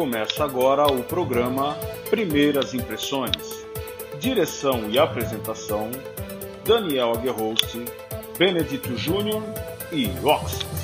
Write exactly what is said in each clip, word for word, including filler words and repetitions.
Começa agora o programa Primeiras Impressões. Direção e apresentação, Daniel Aguerhost, Benedito Júnior e Oxys.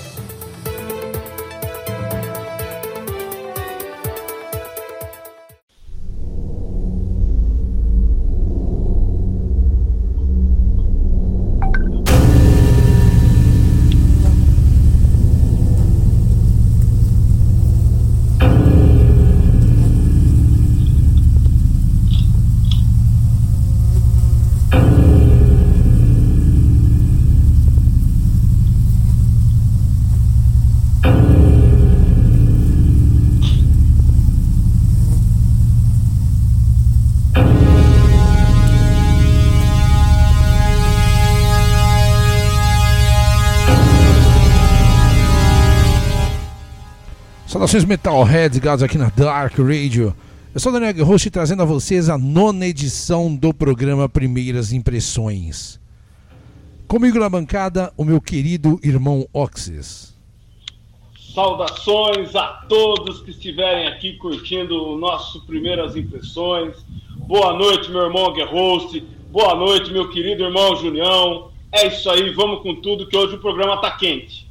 Saudações Metalheads, ligados aqui na Dark Radio. Eu sou o Daniel Aguerhost, trazendo a vocês a nona edição do programa Primeiras Impressões. Comigo na bancada, o meu querido irmão Oxys. Saudações a todos que estiverem aqui curtindo o nosso Primeiras Impressões. Boa noite, meu irmão Aguerhost. Boa noite, meu querido irmão Junião. É isso aí, vamos com tudo, que hoje o programa tá quente.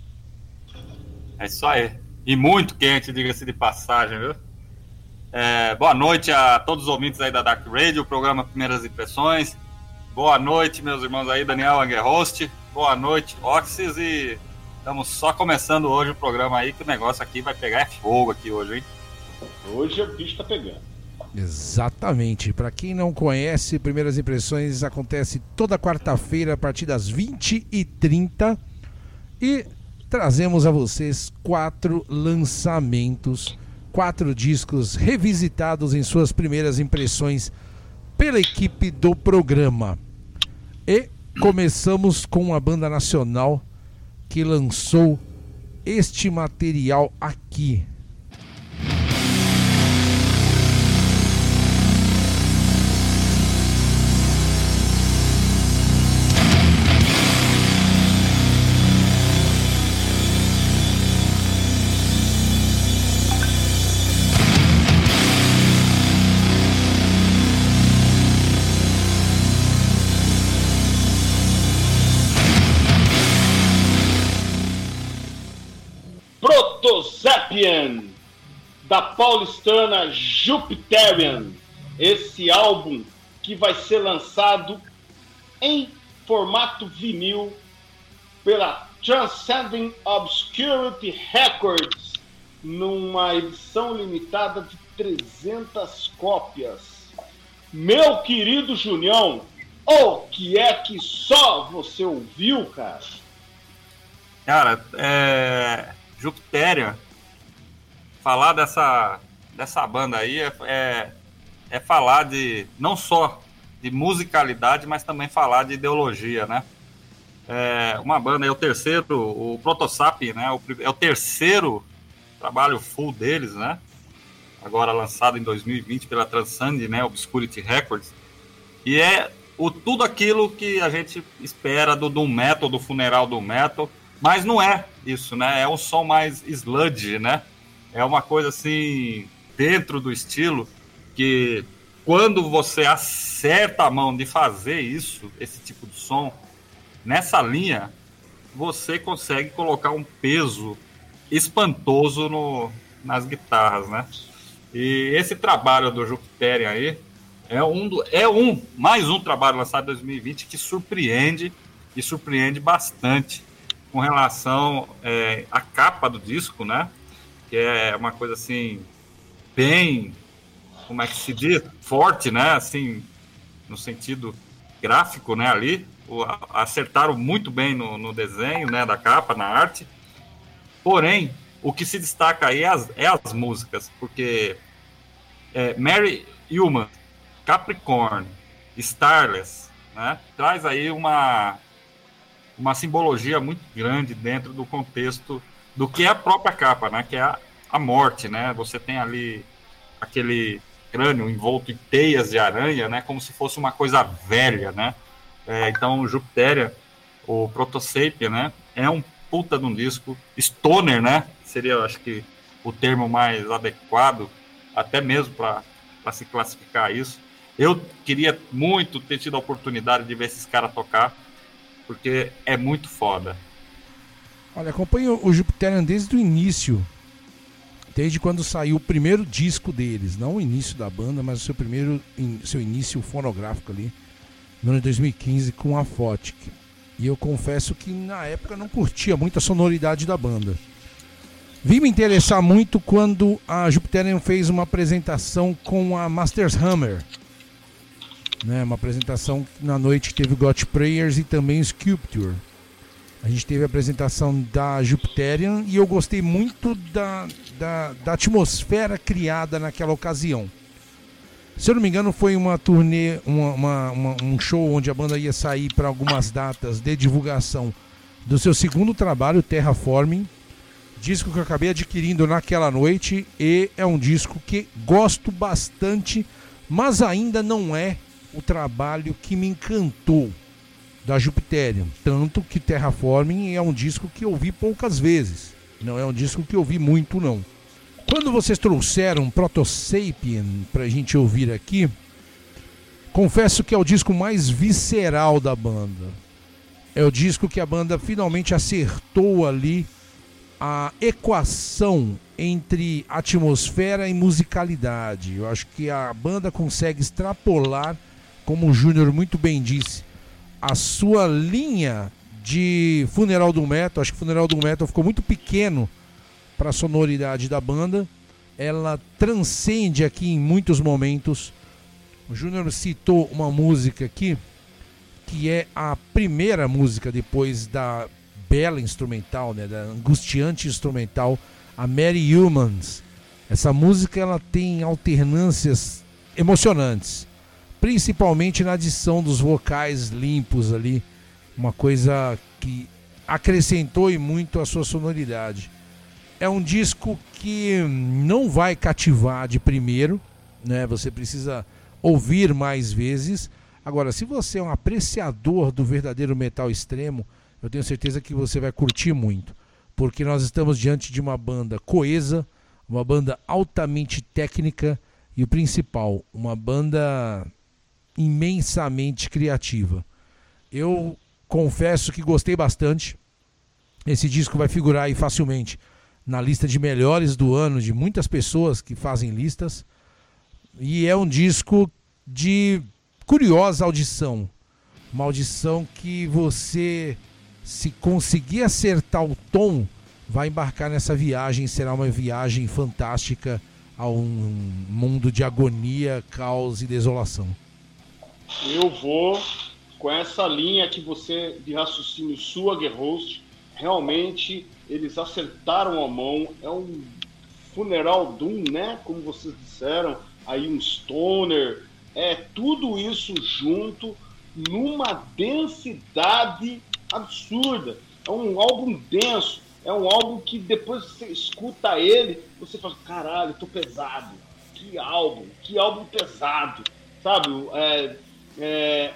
É isso aí. E muito quente, diga-se de passagem, viu? É, boa noite a todos os ouvintes aí da Dark Radio, o programa Primeiras Impressões. Boa noite, meus irmãos aí, Daniel Aguerhost. Boa noite, Oxys. E estamos só começando hoje o programa aí, que o negócio aqui vai pegar é fogo aqui hoje, hein? Hoje o bicho tá pegando. Exatamente. Para quem não conhece, Primeiras Impressões acontece toda quarta-feira a partir das vinte e trinta. E trazemos a vocês quatro lançamentos, quatro discos revisitados em suas primeiras impressões pela equipe do programa. E começamos com uma banda nacional que lançou este material aqui. Proto-Sapien, da paulistana Jupiterian. Esse álbum que vai ser lançado em formato vinil pela Transcending Obscurity Records, numa edição limitada de trezentas cópias. Meu querido Junião, o que é que só você ouviu, cara? Cara, é... Jupiterian, falar dessa, dessa banda aí é, é, é falar de não só de musicalidade, mas também falar de ideologia, né? É uma banda, é o terceiro, o Proto-Sapien, né? O, é o terceiro trabalho full deles, né? Agora lançado em dois mil e vinte pela Transcend, né? Obscurity Records. E é o, tudo aquilo que a gente espera do Doom Metal, do funeral do Metal. Mas não é isso, né? É um som mais sludge, né? É uma coisa assim, dentro do estilo, que quando você acerta a mão de fazer isso, esse tipo de som, nessa linha, você consegue colocar um peso espantoso no, nas guitarras, né? E esse trabalho do Jupiterian aí é um, do, é um, mais um trabalho lançado em dois mil e vinte que surpreende, e surpreende bastante com relação é, à capa do disco, né? Que é uma coisa assim, bem, como é que se diz? Forte, né? Assim, no sentido gráfico, né? Ali, o, acertaram muito bem no, no desenho, né? Da capa, na arte. Porém, o que se destaca aí é as, é as músicas, porque é, Mary Human, Capricorn, Starless, né? Traz aí uma uma simbologia muito grande dentro do contexto do que é a própria capa, né? Que é a, a morte, né? Você tem ali aquele crânio envolto em teias de aranha, né? Como se fosse uma coisa velha, né? É, então, o Jupiterian, o Proto-Sapien, né? É um puta de um disco stoner, né? Seria, acho que, o termo mais adequado, até mesmo para se classificar isso. Eu queria muito ter tido a oportunidade de ver esses caras tocar, porque é muito foda. Olha, acompanho o Jupiterian desde o início, desde quando saiu o primeiro disco deles, não o início da banda, mas o seu primeiro, seu início fonográfico ali, no ano de dois mil e quinze, com a Photic. E eu confesso que na época não curtia muito a sonoridade da banda. Vim me interessar muito quando a Jupiterian fez uma apresentação com a Masters Hammer, né? Uma apresentação na noite que teve o Got Prayers e também o Sculpture. A gente teve a apresentação da Jupiterian e eu gostei muito da, da, da atmosfera criada naquela ocasião. Se eu não me engano, foi uma turnê, uma, uma, uma, um show onde a banda ia sair para algumas datas de divulgação do seu segundo trabalho, Terraforming, disco que eu acabei adquirindo naquela noite, e é um disco que gosto bastante, mas ainda não é o trabalho que me encantou da Jupiterian, tanto que Terraforming é um disco que eu ouvi poucas vezes, não é um disco que eu ouvi muito não. Quando vocês trouxeram Proto-Sapien pra gente ouvir aqui, confesso que é o disco mais visceral da banda. É o disco que a banda finalmente acertou ali a equação entre atmosfera e musicalidade. Eu acho que a banda consegue extrapolar, como o Júnior muito bem disse, a sua linha de Funeral Doom Metal. Acho que Funeral Doom Metal ficou muito pequeno para a sonoridade da banda. Ela transcende aqui em muitos momentos. O Júnior citou uma música aqui que é a primeira música depois da bela instrumental, né, da angustiante instrumental, a Mary Humans. Essa música ela tem alternâncias emocionantes, principalmente na adição dos vocais limpos ali, uma coisa que acrescentou e muito a sua sonoridade. É um disco que não vai cativar de primeiro, né? Você precisa ouvir mais vezes. Agora, se você é um apreciador do verdadeiro metal extremo, eu tenho certeza que você vai curtir muito, porque nós estamos diante de uma banda coesa, uma banda altamente técnica e o principal, uma banda imensamente criativa. Eu confesso que gostei bastante. Esse disco vai figurar aí facilmente na lista de melhores do ano de muitas pessoas que fazem listas, e é um disco de curiosa audição, uma audição que você, se conseguir acertar o tom, vai embarcar nessa viagem. Será uma viagem fantástica a um mundo de agonia, caos e desolação. Eu vou com essa linha que você, de raciocínio sua, Guerhost. Realmente eles acertaram a mão. É um Funeral Doom, né? Como vocês disseram, aí um stoner, é tudo isso junto numa densidade absurda. É um álbum denso, é um álbum que depois que você escuta ele, você fala, caralho, tô pesado. Que álbum, que álbum pesado, sabe? É, é,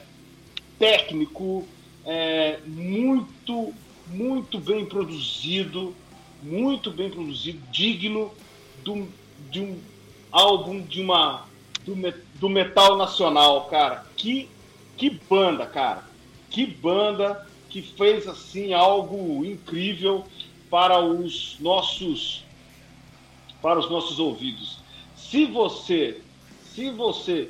técnico, é, muito, muito bem produzido, muito bem produzido, digno do, de um álbum de uma, do, do metal nacional, cara. Que, que banda, cara. Que banda que fez assim algo incrível para os nossos, para os nossos ouvidos. Se você, se você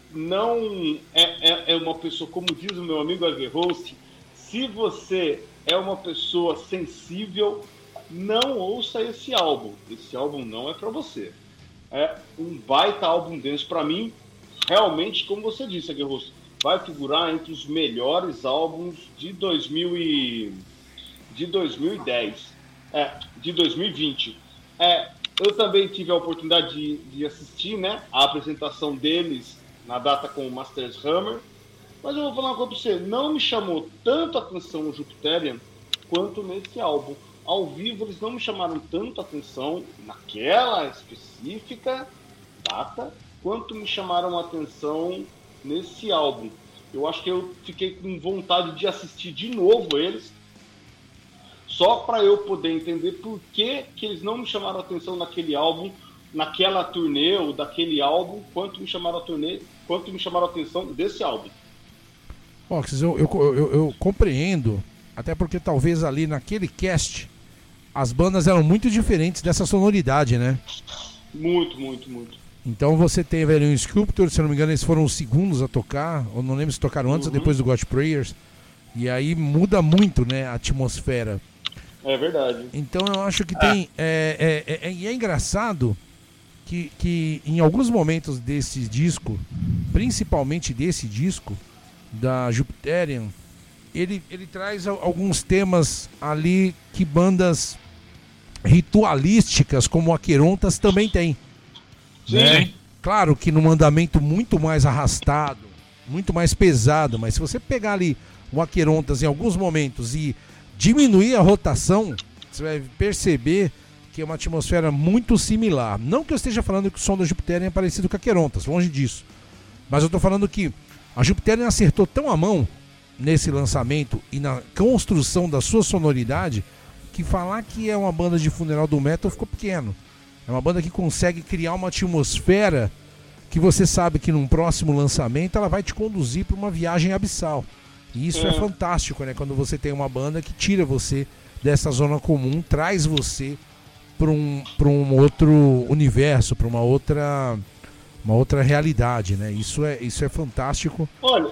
não é, é, é uma pessoa, como diz o meu amigo Aguerhost, se você é uma pessoa sensível, não ouça esse álbum. Esse álbum não é para você. É um baita álbum denso. Para mim, realmente, como você disse, Aguerhost, vai figurar entre os melhores álbuns de dois mil e de dois mil e dez, é, de dois mil e vinte. É, eu também tive a oportunidade de, de assistir, né, a apresentação deles na data com o Masters Hammer, mas eu vou falar uma coisa pra você, não me chamou tanto a atenção no Jupiterian quanto nesse álbum. Ao vivo eles não me chamaram tanto a atenção naquela específica data, quanto me chamaram a atenção nesse álbum. Eu acho que eu fiquei com vontade de assistir de novo eles, só para eu poder entender por que, que eles não me chamaram a atenção naquele álbum naquela turnê ou daquele álbum, quanto me chamaram a turnê, quanto me chamaram a atenção desse álbum. Fox, eu, eu, eu, eu compreendo, até porque talvez ali naquele cast as bandas eram muito diferentes dessa sonoridade, né? Muito, muito, muito. Então você tem, velho, um Sculptor, se eu não me engano, eles foram os segundos a tocar, ou não lembro se tocaram antes uhum. ou depois do God Prayers, e aí muda muito, né, a atmosfera. É verdade. Então eu acho que tem, é, é, é, é, é engraçado que, que em alguns momentos desse disco, principalmente desse disco, da Jupiterian, ele, ele traz alguns temas ali que bandas ritualísticas como Aquerontas também tem. Sim. Né? Claro que num andamento muito mais arrastado, muito mais pesado, mas se você pegar ali o Aquerontas em alguns momentos e diminuir a rotação, você vai perceber que é uma atmosfera muito similar. Não que eu esteja falando que o som da Jupiterian é parecido com a Aquerontas, longe disso. Mas eu estou falando que a Jupiterian acertou tão a mão nesse lançamento e na construção da sua sonoridade que falar que é uma banda de funeral do metal ficou pequeno. É uma banda que consegue criar uma atmosfera que você sabe que num próximo lançamento ela vai te conduzir para uma viagem abissal. E isso é. é fantástico, né? Quando você tem uma banda que tira você dessa zona comum, traz você para um, para um outro universo, para uma outra... uma outra realidade, né? Isso é, isso é fantástico. Olha,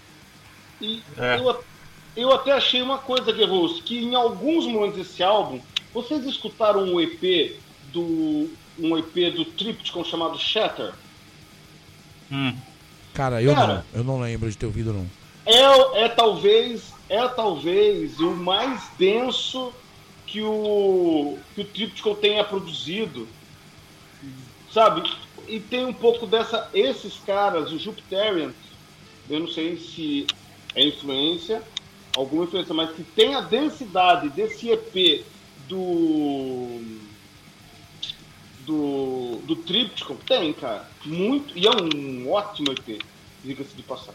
e é. eu, eu até achei uma coisa, Guerreiros, que em alguns momentos desse álbum, vocês escutaram um E P do um E P do Triptych chamado Shatter? Hum. Cara, eu Cara, não, eu não lembro de ter ouvido não. É, é talvez, é talvez o mais denso que o que o Triptych tenha produzido, sabe? E tem um pouco dessa... Esses caras, o Jupiterian, eu não sei se é influência, alguma influência, mas que tem a densidade desse E P do... Do, do Triptych, tem, cara. Muito... E é um ótimo E P, diga-se de passagem.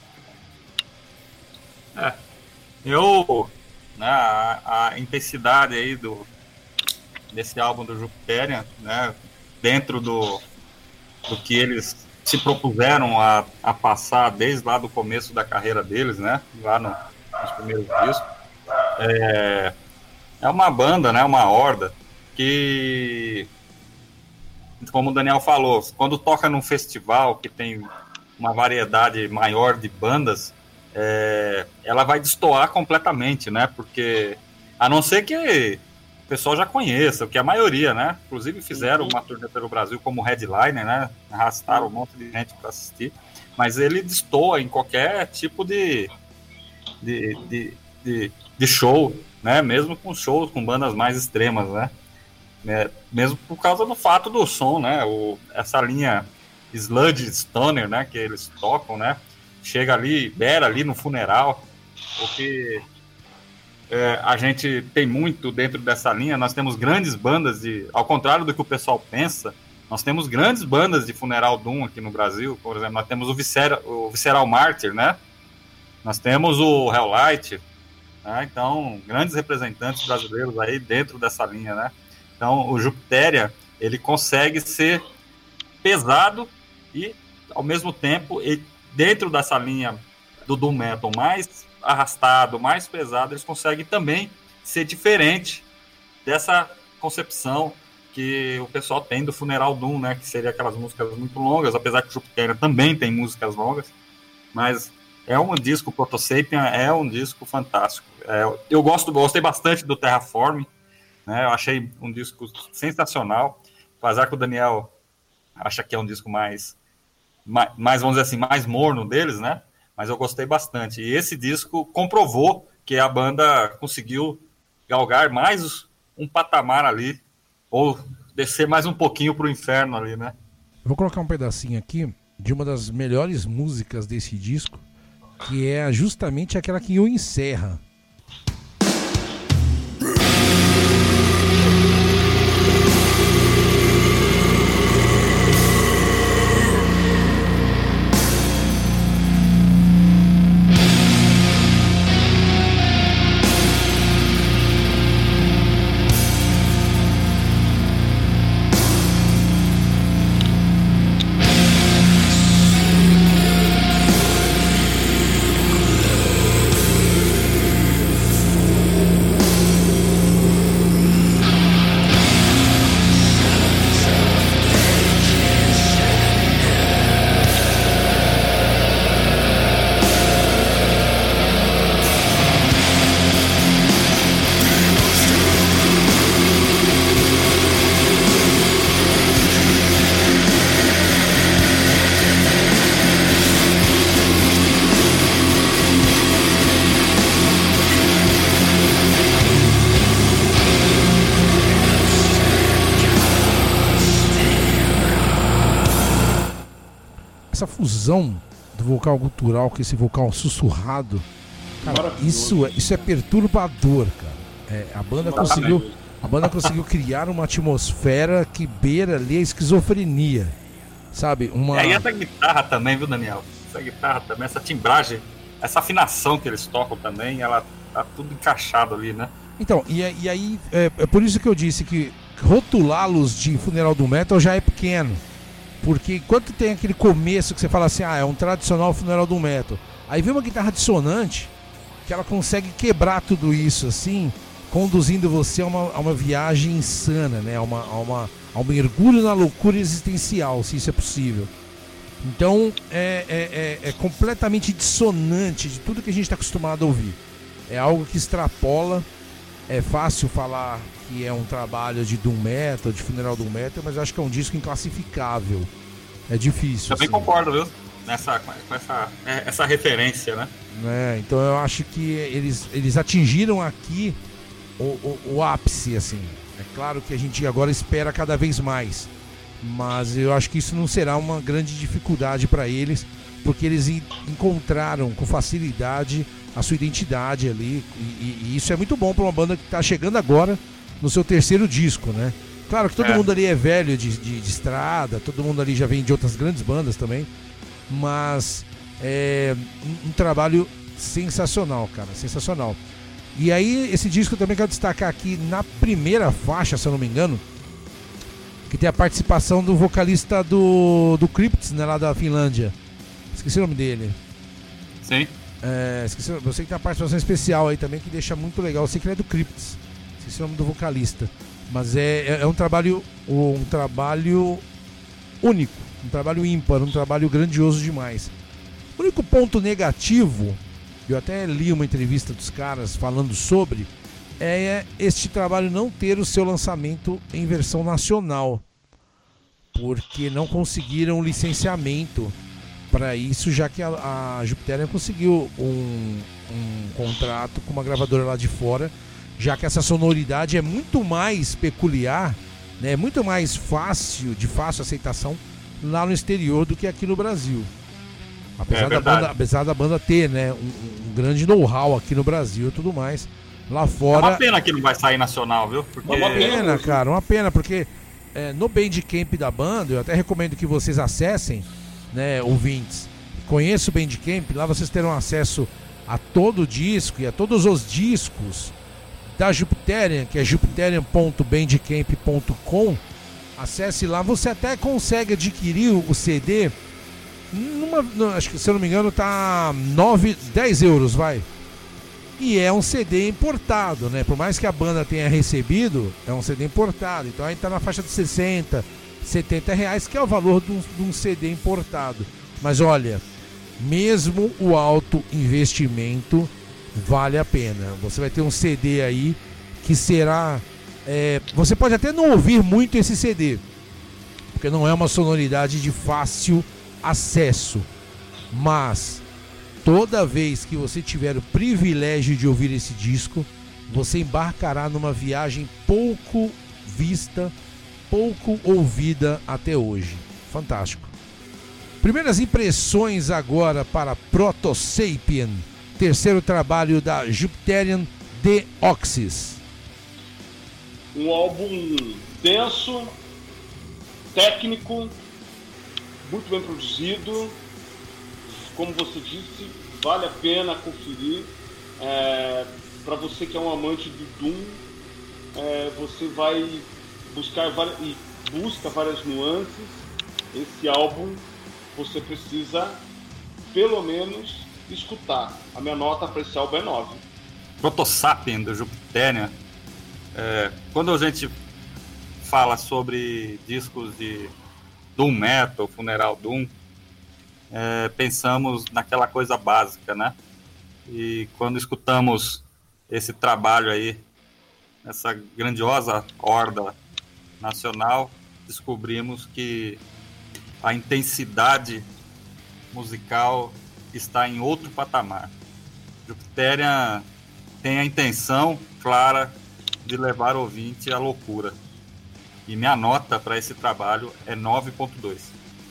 É. Eu... Né, a, a intensidade aí do... desse álbum do Jupiterian, né, dentro do... do que eles se propuseram a, a passar desde lá do começo da carreira deles, né? Lá no, nos primeiros discos. É, é uma banda, né? Uma horda que, como o Daniel falou, quando toca num festival que tem uma variedade maior de bandas, é, ela vai destoar completamente, né? Porque, a não ser que o pessoal já conheça, o que a maioria, né? Inclusive fizeram uma turnê pelo Brasil como headliner, né? Arrastaram um monte de gente para assistir. Mas ele destoa em qualquer tipo de, de, de, de, de show, né? Mesmo com shows com bandas mais extremas, né? É, mesmo por causa do fato do som, né? O, essa linha sludge stoner, né? Que eles tocam, né? Chega ali, beira ali no funeral, porque... É, a gente tem muito dentro dessa linha, nós temos grandes bandas de, ao contrário do que o pessoal pensa, nós temos grandes bandas de funeral doom aqui no Brasil. Por exemplo, nós temos o, Viscera, o Visceral Martyr, né? Nós temos o Helllight, né? Então, grandes representantes brasileiros aí dentro dessa linha, né? Então, o Jupiterian, ele consegue ser pesado e, ao mesmo tempo, ele, dentro dessa linha do doom metal mais arrastado, mais pesado, eles conseguem também ser diferente dessa concepção que o pessoal tem do funeral doom, né, que seria aquelas músicas muito longas, apesar que o Jupiterian também tem músicas longas, mas é um disco, o Proto-Sapien é um disco fantástico. É, eu gosto, gostei bastante do Terraform, né, eu achei um disco sensacional, apesar que o Daniel acha que é um disco mais, mais, mais vamos dizer assim, mais morno deles, né, mas eu gostei bastante. E esse disco comprovou que a banda conseguiu galgar mais um patamar ali, ou descer mais um pouquinho pro inferno ali, né? Vou colocar um pedacinho aqui de uma das melhores músicas desse disco, que é justamente aquela que o encerra. essa fusão do vocal gutural com esse vocal sussurrado, cara, isso, é, isso é perturbador, cara. É, a banda conseguiu, a banda conseguiu criar uma atmosfera que beira ali a esquizofrenia, sabe? Uma... É, e essa guitarra também, viu, Daniel? Essa guitarra também, essa timbragem, essa afinação que eles tocam também, ela tá tudo encaixado ali, né? Então, e, e aí, é, é por isso que eu disse que rotulá-los de Funeral Doom Metal já é pequeno. Porque enquanto tem aquele começo que você fala assim, ah, é um tradicional Funeral Doom Metal, aí vem uma guitarra dissonante que ela consegue quebrar tudo isso, assim, conduzindo você a uma, a uma viagem insana, né? A, uma, a, uma, a um mergulho na loucura existencial, se isso é possível. Então, é, é, é, é completamente dissonante de tudo que a gente está acostumado a ouvir. É algo que extrapola. É fácil falar que é um trabalho de Doom Metal, de Funeral Doom Metal, mas eu acho que é um disco inclassificável. É difícil. Também assim. concordo, viu? Nessa, com essa, essa referência, né? É, então eu acho que eles, eles atingiram aqui o, o, o ápice, assim. É claro que a gente agora espera cada vez mais, mas eu acho que isso não será uma grande dificuldade para eles, porque eles encontraram com facilidade a sua identidade ali, e, e, e isso é muito bom para uma banda que está chegando agora no seu terceiro disco, né? Claro que todo é. mundo ali é velho de, de, de estrada, todo mundo ali já vem de outras grandes bandas também, mas é um, um trabalho sensacional, cara, sensacional. E aí esse disco eu também quero destacar aqui na primeira faixa, se eu não me engano, que tem a participação do vocalista do, do Crypts, né, lá da Finlândia. Esqueci o nome dele. Sim. É, esqueci, eu sei que tem uma participação especial aí também que deixa muito legal. Eu sei que ele é do Crypts. Esqueci o nome do vocalista. Mas é, é, é um trabalho um trabalho único, um trabalho ímpar, um trabalho grandioso demais. O único ponto negativo, eu até li uma entrevista dos caras falando sobre, é este trabalho não ter o seu lançamento em versão nacional, porque não conseguiram licenciamento para isso, já que a, a Jupiterian conseguiu um, um contrato com uma gravadora lá de fora, já que essa sonoridade é muito mais peculiar, né, muito mais fácil, de fácil aceitação lá no exterior do que aqui no Brasil. Apesar, é da, banda, apesar da banda ter, né, um, um grande know-how aqui no Brasil e tudo mais, lá fora... É uma pena que não vai sair nacional, viu? Porque... Uma pena, cara, uma pena, porque é, no Bandcamp da banda, eu até recomendo que vocês acessem, né, ouvintes, conheça o Bandcamp, lá vocês terão acesso a todo o disco e a todos os discos da Jupiterian, que é jupiterian ponto bandcamp ponto com. Acesse lá, você até consegue adquirir o C D numa, acho que, se eu não me engano, tá nove, dez euros, vai. E é um C D importado, né? Por mais que a banda tenha recebido, é um C D importado. Então aí tá na faixa de sessenta, setenta reais, que é o valor de um, de um C D importado. Mas olha, mesmo o alto investimento vale a pena. Você vai ter um C D aí que será... É, você pode até não ouvir muito esse C D, porque não é uma sonoridade de fácil acesso. Mas toda vez que você tiver o privilégio de ouvir esse disco, você embarcará numa viagem pouco vista, pouco ouvida até hoje. Fantástico. Primeiras impressões agora para Proto Sapien, terceiro trabalho da Jupiterian, The Oxys. Um álbum denso, técnico, muito bem produzido. Como você disse, vale a pena conferir. É, para você que é um amante do Doom, é, você vai buscar várias, e busca várias nuances. Esse álbum você precisa, pelo menos, escutar. A minha nota para esse álbum é nove. Proto Sapien, do Jupiterian. É, quando a gente fala sobre discos de Doom Metal, Funeral Doom, é, pensamos naquela coisa básica, né? E quando escutamos esse trabalho aí, essa grandiosa horda nacional, descobrimos que a intensidade musical está em outro patamar. Jupiterian tem a intenção clara de levar o ouvinte à loucura. E minha nota para esse trabalho é nove ponto dois.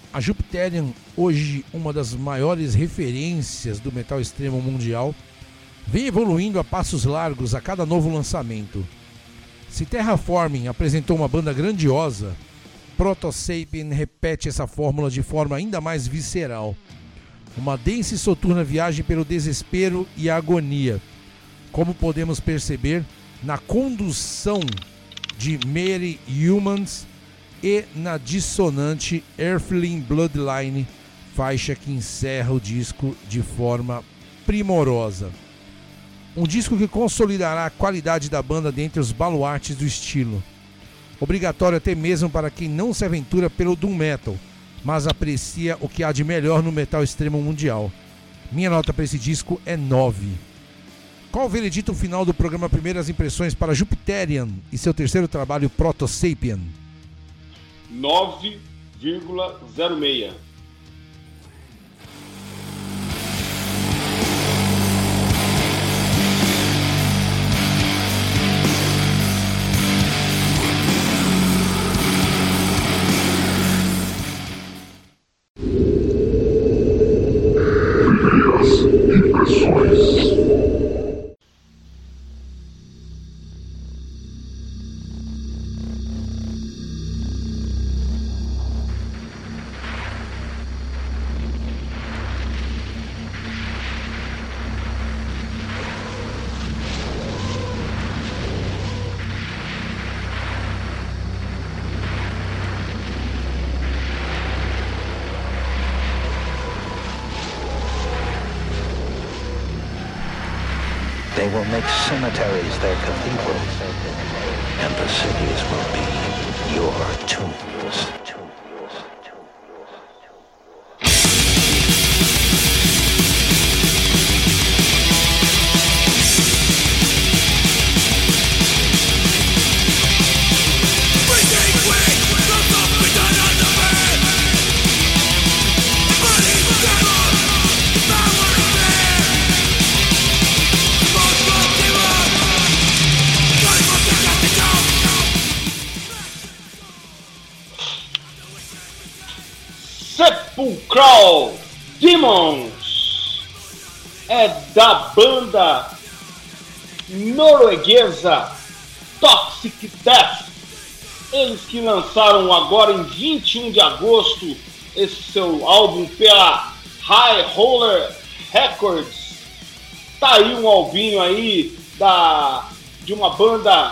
A Jupiterian, hoje uma das maiores referências do metal extremo mundial, vem evoluindo a passos largos a cada novo lançamento. Se Terraforming apresentou uma banda grandiosa, Proto-Sapien repete essa fórmula de forma ainda mais visceral. Uma densa e soturna viagem pelo desespero e a agonia, como podemos perceber na condução de Mary Humans e na dissonante Earthling Bloodline, faixa que encerra o disco de forma primorosa. Um disco que consolidará a qualidade da banda dentre os baluartes do estilo. Obrigatório até mesmo para quem não se aventura pelo Doom Metal, mas aprecia o que há de melhor no metal extremo mundial. Minha nota para esse disco é nove. Qual o veredito final do programa Primeiras Impressões para Jupiterian e seu terceiro trabalho Proto-Sapien? nove vírgula zero seis. They will make cemeteries their cathedrals, and the cities will be your tombs. Sepulchral Demons é da banda norueguesa Toxic Death. Eles que lançaram agora em vinte e um de agosto esse seu álbum pela High Roller Records. Tá aí um albinho aí da, de uma banda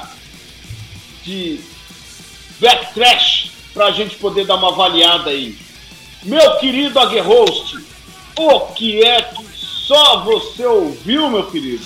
de black thrash pra gente poder dar uma avaliada aí. Meu querido Aguerhost, o que é que só você ouviu, meu querido?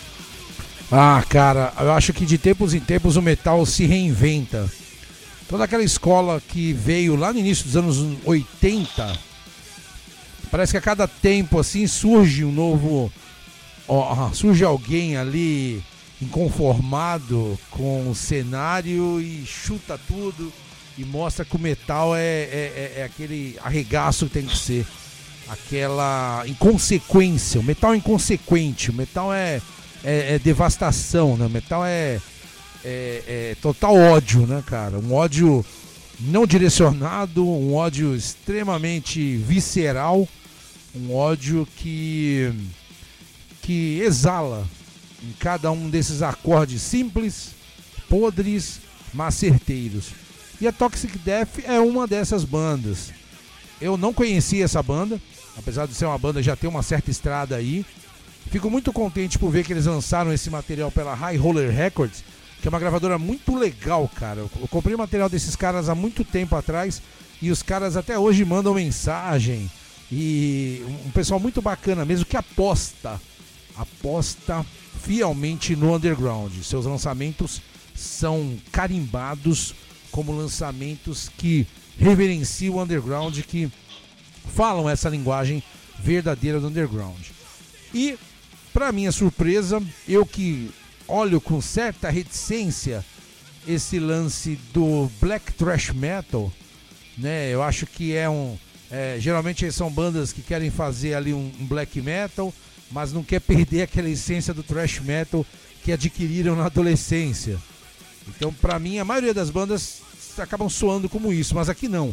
Ah, cara, eu acho que de tempos em tempos o metal se reinventa. Toda aquela escola que veio lá no início dos anos oitenta, parece que a cada tempo assim surge um novo... Ó, surge alguém ali inconformado com o cenário e chuta tudo. E mostra que o metal é, é, é aquele arregaço que tem que ser. Aquela inconsequência. O metal é inconsequente. O metal é, é, é devastação, né? O metal é, é, é total ódio, né, cara? Um ódio não direcionado, um ódio extremamente visceral. Um ódio que, que exala em cada um desses acordes simples, podres, mas certeiros. E a Toxic Death é uma dessas bandas. Eu não conhecia essa banda, apesar de ser uma banda já ter uma certa estrada aí. Fico muito contente por ver que eles lançaram esse material pela High Roller Records, que é uma gravadora muito legal, cara. Eu comprei material desses caras há muito tempo atrás e os caras até hoje mandam mensagem. E um pessoal muito bacana mesmo que aposta, aposta fielmente no underground. Seus lançamentos são carimbados como lançamentos que reverenciam o underground, que falam essa linguagem verdadeira do underground. E, para minha surpresa, eu que olho com certa reticência esse lance do black thrash metal, né? Eu acho que é um... É, geralmente são bandas que querem fazer ali um, um black metal, mas não quer perder aquela essência do thrash metal que adquiriram na adolescência. Então, pra mim, a maioria das bandas acabam soando como isso, mas aqui não.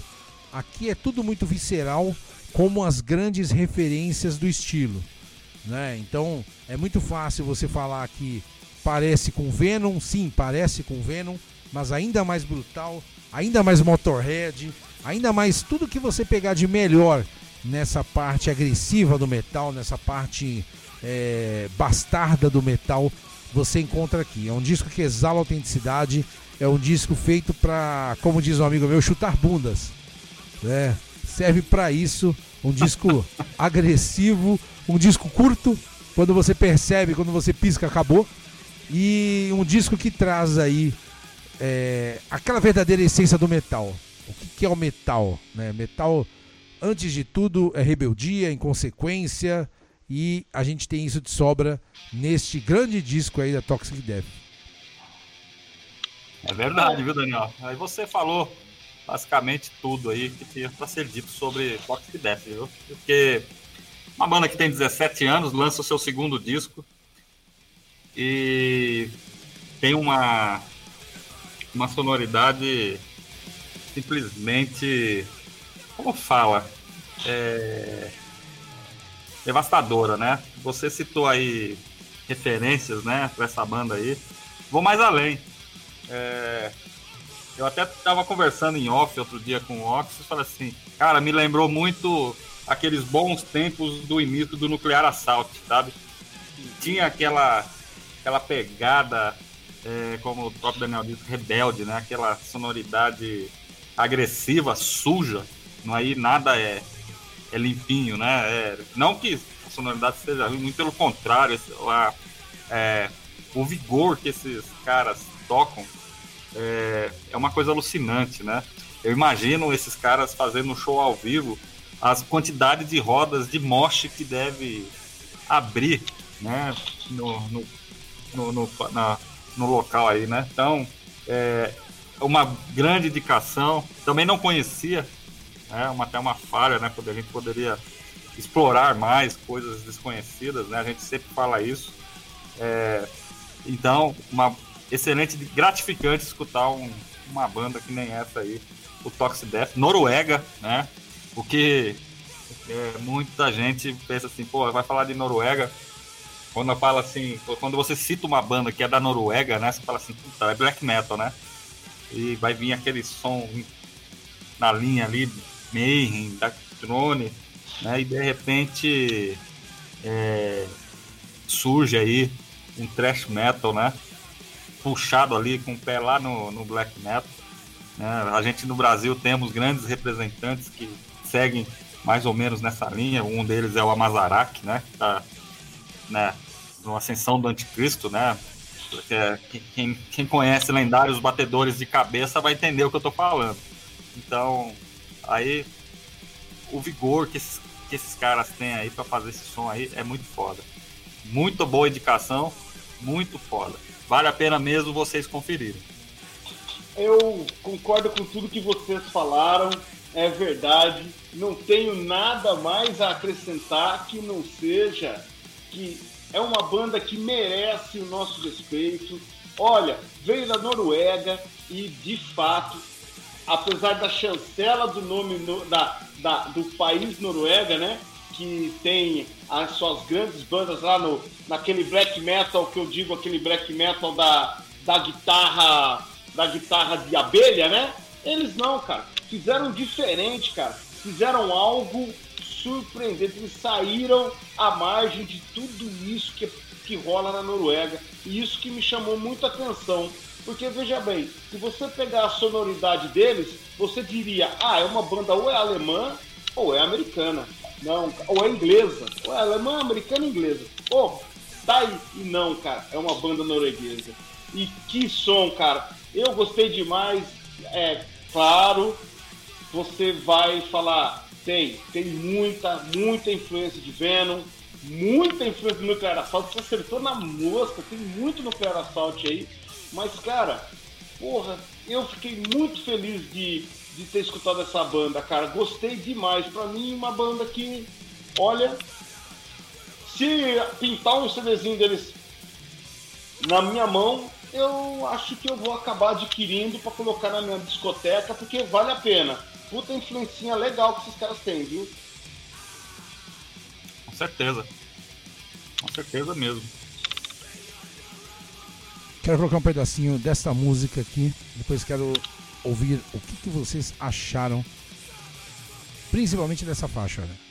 aqui é tudo muito visceral, como as grandes referências do estilo, né? Então é muito fácil você falar que parece com Venom, sim, parece com Venom, mas ainda mais brutal, ainda mais Motorhead, ainda mais tudo que você pegar de melhor nessa parte agressiva do metal, nessa parte é, bastarda do metal, você encontra aqui. É um disco que exala autenticidade, é um disco feito para, como diz um amigo meu, chutar bundas, né? Serve para isso, um disco agressivo, um disco curto, quando você percebe, quando você pisca, acabou, e um disco que traz aí é, aquela verdadeira essência do metal. O que, que é o metal, né? Metal, antes de tudo, é rebeldia, inconsequência, e a gente tem isso de sobra neste grande disco aí da Toxic Death. É verdade, viu, Daniel? Aí você falou basicamente tudo aí que tinha para ser dito sobre Toxic Death, viu? Porque uma banda que tem dezessete anos lança o seu segundo disco e tem uma uma sonoridade simplesmente, como fala, é, devastadora, né? Você citou aí referências, né, para essa banda aí. Vou mais além. É, eu até estava conversando em off outro dia com o Oxys e falei assim, cara, me lembrou muito aqueles bons tempos do início do Nuclear Assault, sabe? Tinha aquela, aquela pegada, é, como o próprio Daniel disse, rebelde, né? Aquela sonoridade agressiva, suja, não aí nada é, é limpinho, né? É, não que a sonoridade seja ruim, muito pelo contrário, a, é, o vigor que esses caras tocam é, é uma coisa alucinante, né? Eu imagino esses caras fazendo um show ao vivo, as quantidades de rodas de mosh que deve abrir, né, no, no, no, no, na, no local aí, né? Então, é uma grande indicação. Também não conhecia, né, uma, até uma falha, né? A gente poderia explorar mais coisas desconhecidas, né? A gente sempre fala isso. É, então, uma excelente, gratificante escutar um, uma banda que nem essa aí, o Toxic Death, Noruega, né? Porque é, muita gente pensa assim, pô, vai falar de Noruega. Quando eu falo assim, quando você cita uma banda que é da Noruega, né? Você fala assim, puta, é black metal, né? E vai vir aquele som na linha ali, Mayhem, Dark Throne, né? E de repente é, surge aí um thrash metal, né? Puxado ali com o pé lá no, no black metal, né? A gente no Brasil temos grandes representantes que seguem mais ou menos nessa linha. Um deles é o Amazarac, né? Que tá, né, no Ascensão do Anticristo, né? Porque quem, quem conhece lendários batedores de cabeça vai entender o que eu tô falando. Então, aí o vigor que esses, que esses caras têm aí para fazer esse som aí é muito foda. Muito boa indicação, muito foda. Vale a pena mesmo vocês conferirem. Eu concordo com tudo que vocês falaram, é verdade. Não tenho nada mais a acrescentar que não seja que é uma banda que merece o nosso respeito. Olha, veio da Noruega e, de fato, apesar da chancela do nome no, da, da, do país Noruega, né, que tem as suas grandes bandas lá no, naquele black metal, que eu digo, aquele black metal da, da guitarra da guitarra de abelha, né? Eles não, cara. Fizeram diferente, cara. Fizeram algo surpreendente. Eles saíram à margem de tudo isso que, que rola na Noruega. E isso que me chamou muito a atenção. Porque, veja bem, se você pegar a sonoridade deles, você diria, ah, é uma banda ou é alemã ou é americana. Não, ou é inglesa. Ou é alemã, americana e inglesa. Oh, tá aí. E não, cara, é uma banda norueguesa. E que som, cara. Eu gostei demais. É claro, você vai falar, tem, tem muita, muita influência de Venom, muita influência do Nuclear Assault. Você acertou na mosca, tem muito Nuclear Assault aí. Mas, cara, porra, eu fiquei muito feliz de, de ter escutado essa banda, cara. Gostei demais. Pra mim, uma banda que, olha, se pintar um CDzinho deles na minha mão, eu acho que eu vou acabar adquirindo para colocar na minha discoteca, porque vale a pena. Puta influencinha legal que esses caras têm, viu? Com certeza. Com certeza mesmo. Quero colocar um pedacinho dessa música aqui. Depois quero ouvir o que, que vocês acharam, principalmente dessa faixa, né?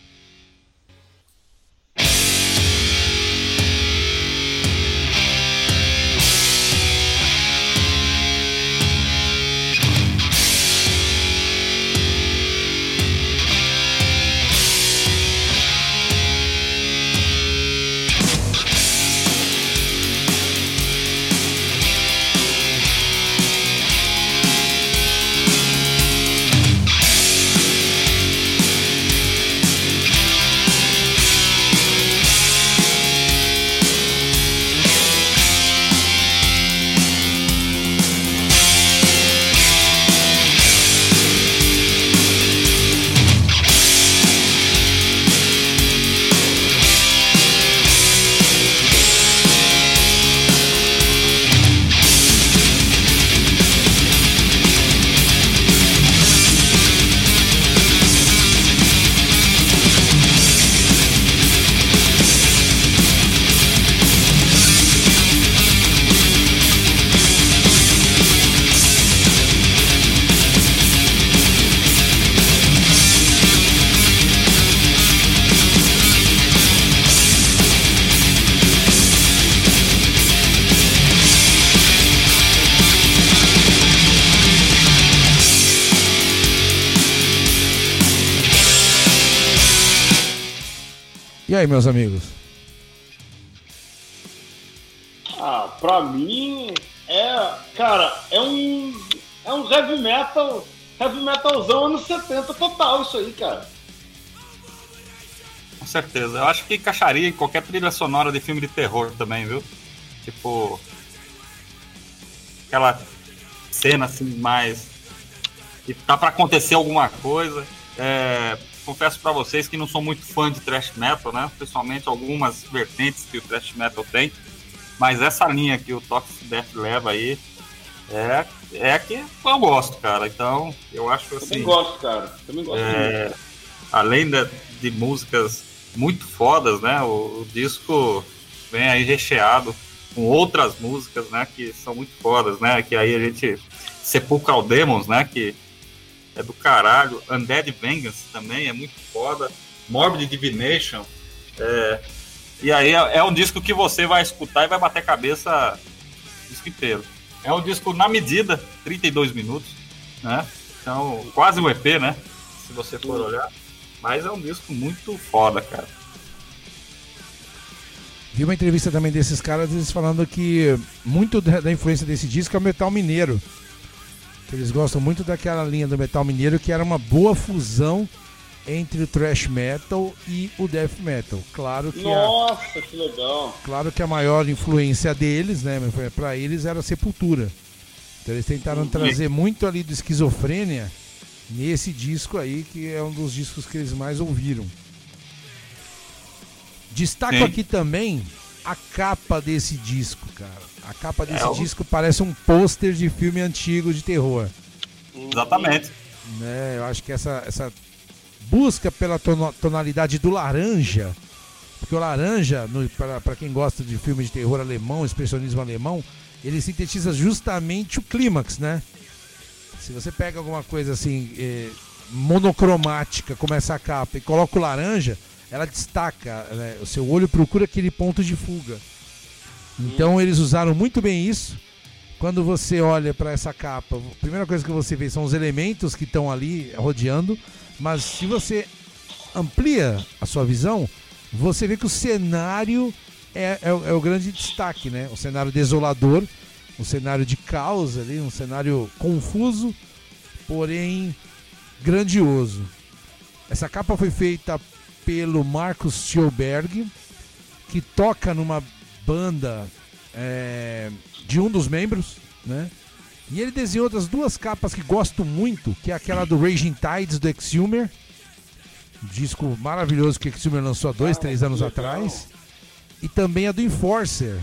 E aí, meus amigos? Ah, pra mim é, cara, é um é um heavy metal, heavy metalzão anos setenta total isso aí, cara. Com certeza. Eu acho que encaixaria em qualquer trilha sonora de filme de terror também, viu? Tipo, aquela cena assim mais que tá pra acontecer alguma coisa. É... Confesso pra vocês que não sou muito fã de thrash metal, né? Principalmente algumas vertentes que o thrash metal tem. Mas essa linha que o Toxic Death leva aí é, é a que eu gosto, cara. Então, eu acho assim... Também gosto, cara. Também gosto é, muito. Além de, de músicas muito fodas, né? O, o disco vem aí recheado com outras músicas, né? Que são muito fodas, né? Que aí a gente... Sepulchral Demons, né? Que é do caralho. Undead Vengeance também é muito foda. Morbid Divination. É... E aí é, é um disco que você vai escutar e vai bater cabeça o disco inteiro. É um disco na medida, trinta e dois minutos, né? Então, quase um E P, né? Se você for olhar. Mas é um disco muito foda, cara. Vi uma entrevista também desses caras, eles falando que muito da influência desse disco é o metal mineiro. Que eles gostam muito daquela linha do metal mineiro, que era uma boa fusão entre o thrash metal e o death metal. Claro que Nossa, a, que legal. Claro que a maior influência deles, né, para eles era a Sepultura. Então eles tentaram uhum. trazer muito ali do Esquizofrênia nesse disco aí, que é um dos discos que eles mais ouviram. Destaco Sim. aqui também a capa desse disco, cara. A capa desse é, disco eu... parece um pôster de filme antigo de terror. Exatamente. Né, eu acho que essa, essa busca pela tonalidade do laranja, porque o laranja, para quem gosta de filme de terror alemão, expressionismo alemão, ele sintetiza justamente o clímax, né? Se você pega alguma coisa assim, eh, monocromática, como essa capa, e coloca o laranja, ela destaca, né? O seu olho procura aquele ponto de fuga. Então eles usaram muito bem isso. Quando você olha para essa capa, a primeira coisa que você vê são os elementos que estão ali rodeando, mas se você amplia a sua visão, você vê que o cenário é, é, é o grande destaque, né? O cenário desolador, um cenário de caos ali, um cenário confuso, porém grandioso. Essa capa foi feita pelo Marcus Sjöberg, que toca numa banda é, de um dos membros, né? E ele desenhou outras duas capas que gosto muito, que é aquela do Raging Tides do Exhumer, um disco maravilhoso que o Exhumer lançou há dois, ah, três anos legal. atrás, e também a do Enforcer,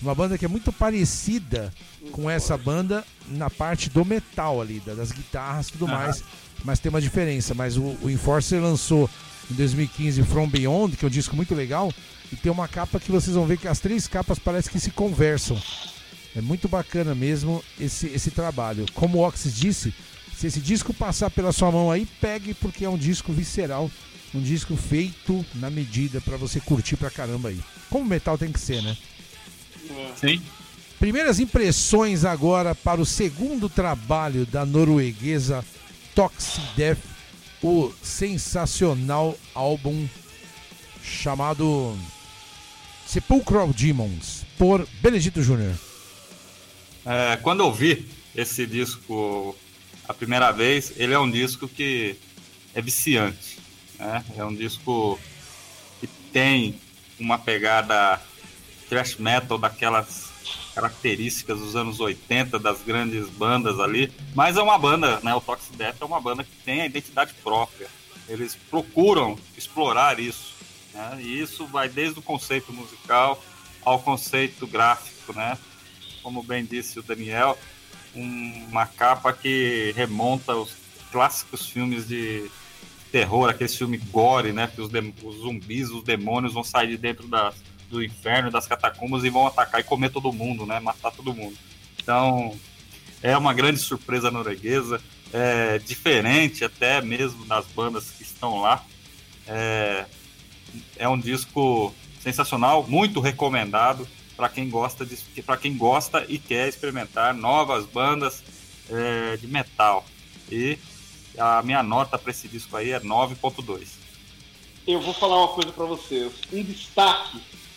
Uma banda que é muito parecida com essa banda na parte do metal ali, das guitarras e tudo mais, mas tem uma diferença. Mas o, o Enforcer lançou em dois mil e quinze From Beyond, que é um disco muito legal, e tem uma capa que vocês vão ver que as três capas parecem que se conversam. É muito bacana mesmo esse, esse trabalho. Como o Oxys disse, se esse disco passar pela sua mão aí, pegue, porque é um disco visceral, um disco feito na medida pra você curtir pra caramba aí. Como metal tem que ser, né? Sim. Primeiras impressões agora para o segundo trabalho da norueguesa Toxic Death, o sensacional álbum chamado Sepulchral Demons, por Benedito Júnior. É, quando eu vi esse disco a primeira vez, ele é um disco que é viciante, né? É um disco que tem uma pegada thrash metal daquelas características dos anos oitenta, das grandes bandas ali, mas é uma banda, né, o Toxic Death é uma banda que tem a identidade própria, eles procuram explorar isso, né, e isso vai desde o conceito musical ao conceito gráfico, né, como bem disse o Daniel, um, uma capa que remonta aos clássicos filmes de terror, aqueles filmes gore, né, que os, de, os zumbis, os demônios vão sair de dentro das do inferno, das catacumbas e vão atacar e comer todo mundo, né? Matar todo mundo. Então, é uma grande surpresa norueguesa, é diferente até mesmo das bandas que estão lá. É, é um disco sensacional, muito recomendado para quem gosta de, para quem gosta e quer experimentar novas bandas é, de metal. E a minha nota para esse disco aí é nove ponto dois. Eu vou falar uma coisa para vocês. Um destaque,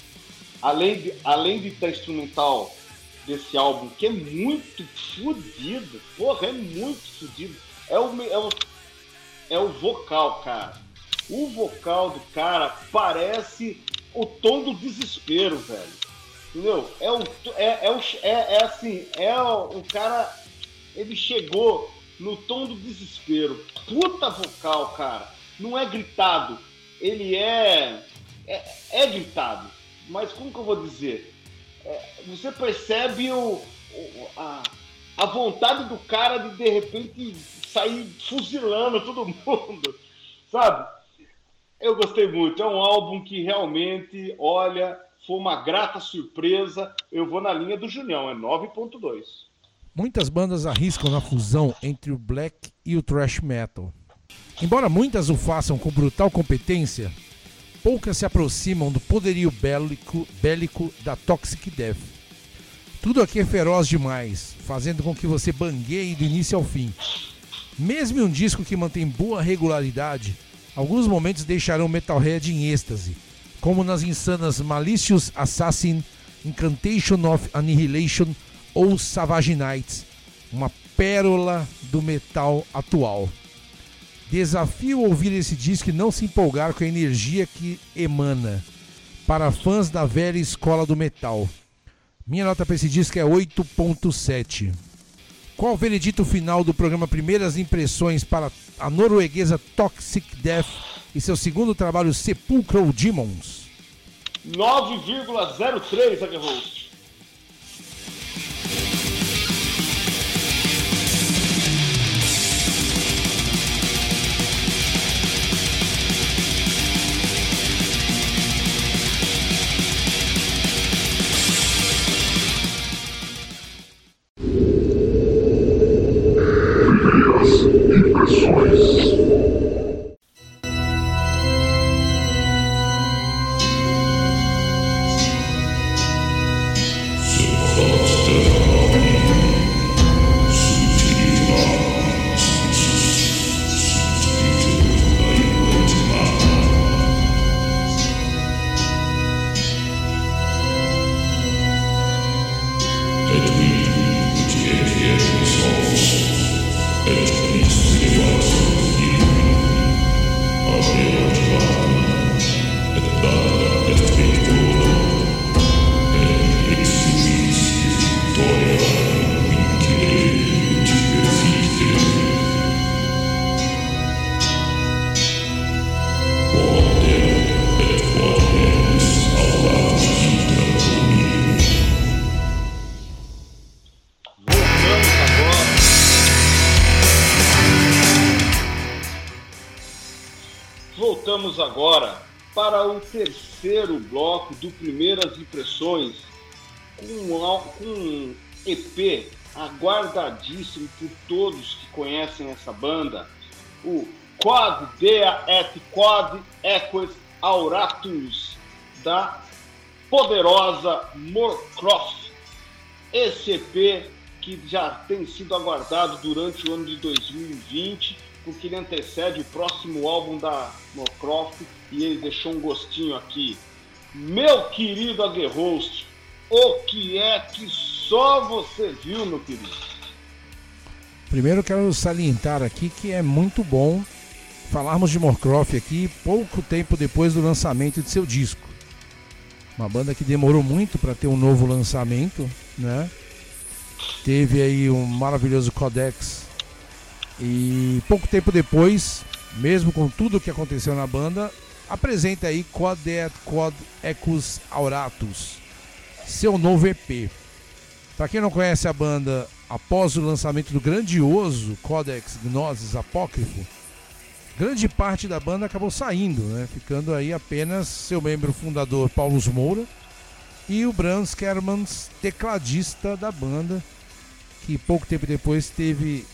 além de, além de estar instrumental desse álbum, que é muito fodido, porra, é muito fodido, é o, é, o, é o vocal, cara. O vocal do cara parece o tom do desespero, velho. Entendeu? É, o, é, é, o, é, é assim, é o, o cara, ele chegou no tom do desespero. Puta vocal, cara. Não é gritado, ele é, é, é gritado. Mas como que eu vou dizer? É, você percebe o, o, a, a vontade do cara de, de repente, sair fuzilando todo mundo, sabe? Eu gostei muito. É um álbum que realmente, olha, foi uma grata surpresa. Eu vou na linha do Junião, é nove ponto dois. Muitas bandas arriscam na fusão entre o black e o thrash metal. Embora muitas o façam com brutal competência, poucas se aproximam do poderio bélico, bélico da Toxic Death. Tudo aqui é feroz demais, fazendo com que você bangueie do início ao fim. Mesmo em um disco que mantém boa regularidade, alguns momentos deixarão o Metalhead em êxtase, como nas insanas Malicious Assassin, Incantation of Annihilation ou Savage Nights, uma pérola do metal atual. Desafio ouvir esse disco e não se empolgar com a energia que emana, para fãs da velha escola do metal. Minha nota para esse disco é oito ponto sete. Qual o veredito final do programa Primeiras Impressões para a norueguesa Toxic Death e seu segundo trabalho Sepulchral Demons? nove vírgula zero três, Aguerroso. And please give us voltamos agora para o terceiro bloco do Primeiras Impressões, com um E P aguardadíssimo por todos que conhecem essa banda, o Quod Dea et Quod Equus Auratus, da poderosa Moorcroft. Esse E P que já tem sido aguardado durante o ano de dois mil e vinte, porque ele antecede o próximo álbum da Moorcroft e ele deixou um gostinho aqui. Meu querido Aguerhost, o que é que só você viu, meu querido? Primeiro quero salientar aqui que é muito bom falarmos de Moorcroft aqui pouco tempo depois do lançamento de seu disco. Uma banda que demorou muito para ter um novo lançamento, né? Teve aí um maravilhoso Codex e pouco tempo depois, mesmo com tudo o que aconteceu na banda, apresenta aí Quod Dea et Quod Equus Auratus, seu novo E P. Para quem não conhece a banda, após o lançamento do grandioso Codex Gnosis Apócrifo, grande parte da banda acabou saindo, né? Ficando aí apenas seu membro fundador Paulus Moura e o Brans Kermans, tecladista da banda, que pouco tempo depois teve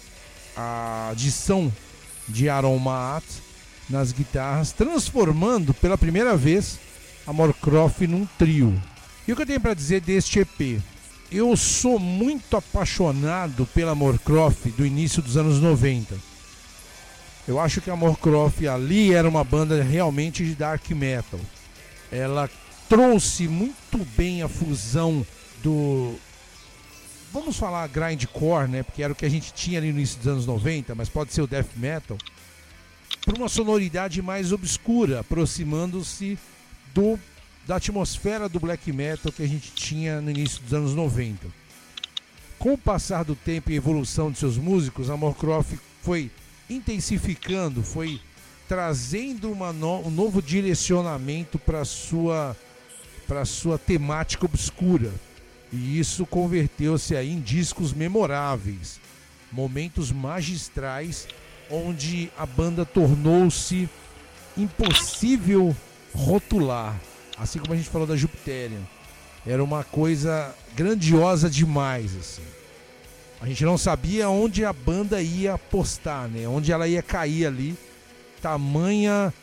a adição de Aaron Maat nas guitarras, transformando pela primeira vez a Moorcroft num trio. E o que eu tenho para dizer deste E P? Eu sou muito apaixonado pela Moorcroft do início dos anos noventa. Eu acho que a Moorcroft ali era uma banda realmente de dark metal. Ela trouxe muito bem a fusão do, vamos falar grindcore, né? Porque era o que a gente tinha ali no início dos anos noventa, mas pode ser o death metal, para uma sonoridade mais obscura, aproximando-se do da atmosfera do black metal que a gente tinha no início dos anos noventa. Com o passar do tempo e a evolução de seus músicos, a Moorcroft foi intensificando, foi trazendo uma no, um novo direcionamento para sua para sua temática obscura, e isso converteu-se aí em discos memoráveis, momentos magistrais, onde a banda tornou-se impossível rotular. Assim como a gente falou da Jupiterian, era uma coisa grandiosa demais, assim. A gente não sabia onde a banda ia apostar, né? Onde ela ia cair ali, tamanha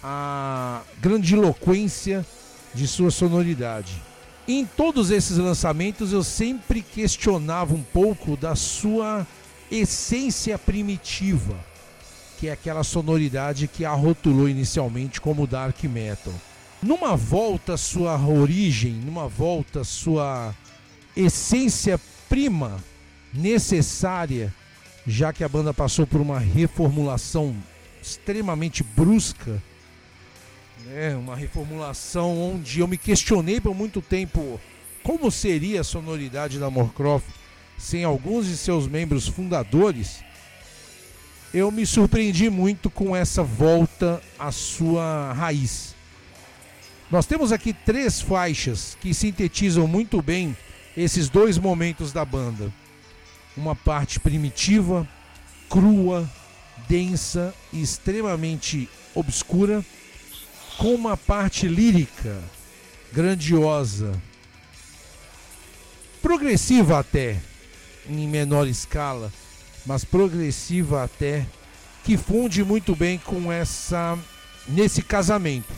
a grandiloquência de sua sonoridade. Em todos esses lançamentos eu sempre questionava um pouco da sua essência primitiva, que é aquela sonoridade que a rotulou inicialmente como dark metal. Numa volta à sua origem, numa volta à sua essência prima, necessária, já que a banda passou por uma reformulação extremamente brusca, né? Uma reformulação onde eu me questionei por muito tempo como seria a sonoridade da Moorcroft sem alguns de seus membros fundadores. Eu me surpreendi muito com essa volta à sua raiz. Nós temos aqui três faixas que sintetizam muito bem esses dois momentos da banda. Uma parte primitiva, crua, densa e extremamente obscura, com uma parte lírica, grandiosa, progressiva até, em menor escala, mas progressiva até, que funde muito bem com essa, nesse casamento.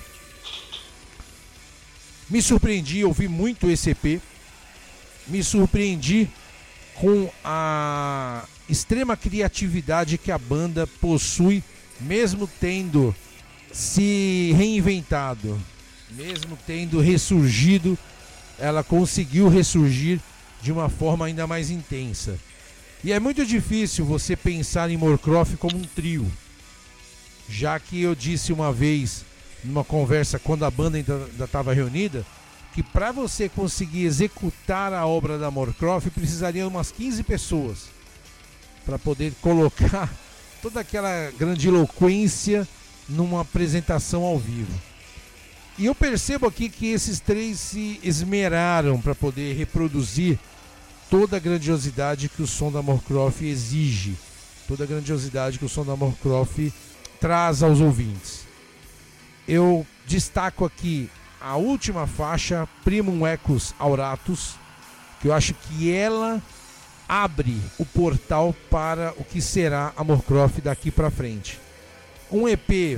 Me surpreendi, ouvi muito esse E P, me surpreendi com a extrema criatividade que a banda possui, mesmo tendo se reinventado, mesmo tendo ressurgido, ela conseguiu ressurgir de uma forma ainda mais intensa. E é muito difícil você pensar em Moorcroft como um trio, já que eu disse uma vez, numa conversa quando a banda ainda estava reunida, que para você conseguir executar a obra da Moorcroft precisaria umas quinze pessoas para poder colocar toda aquela grandiloquência numa apresentação ao vivo. E eu percebo aqui que esses três se esmeraram para poder reproduzir toda a grandiosidade que o som da Moorcroft exige, toda a grandiosidade que o som da Moorcroft traz aos ouvintes. eu destaco aqui a última faixa, Primum Equus Auratus, que eu acho que ela abre o portal para o que será a Moorcroft daqui para frente. Um E P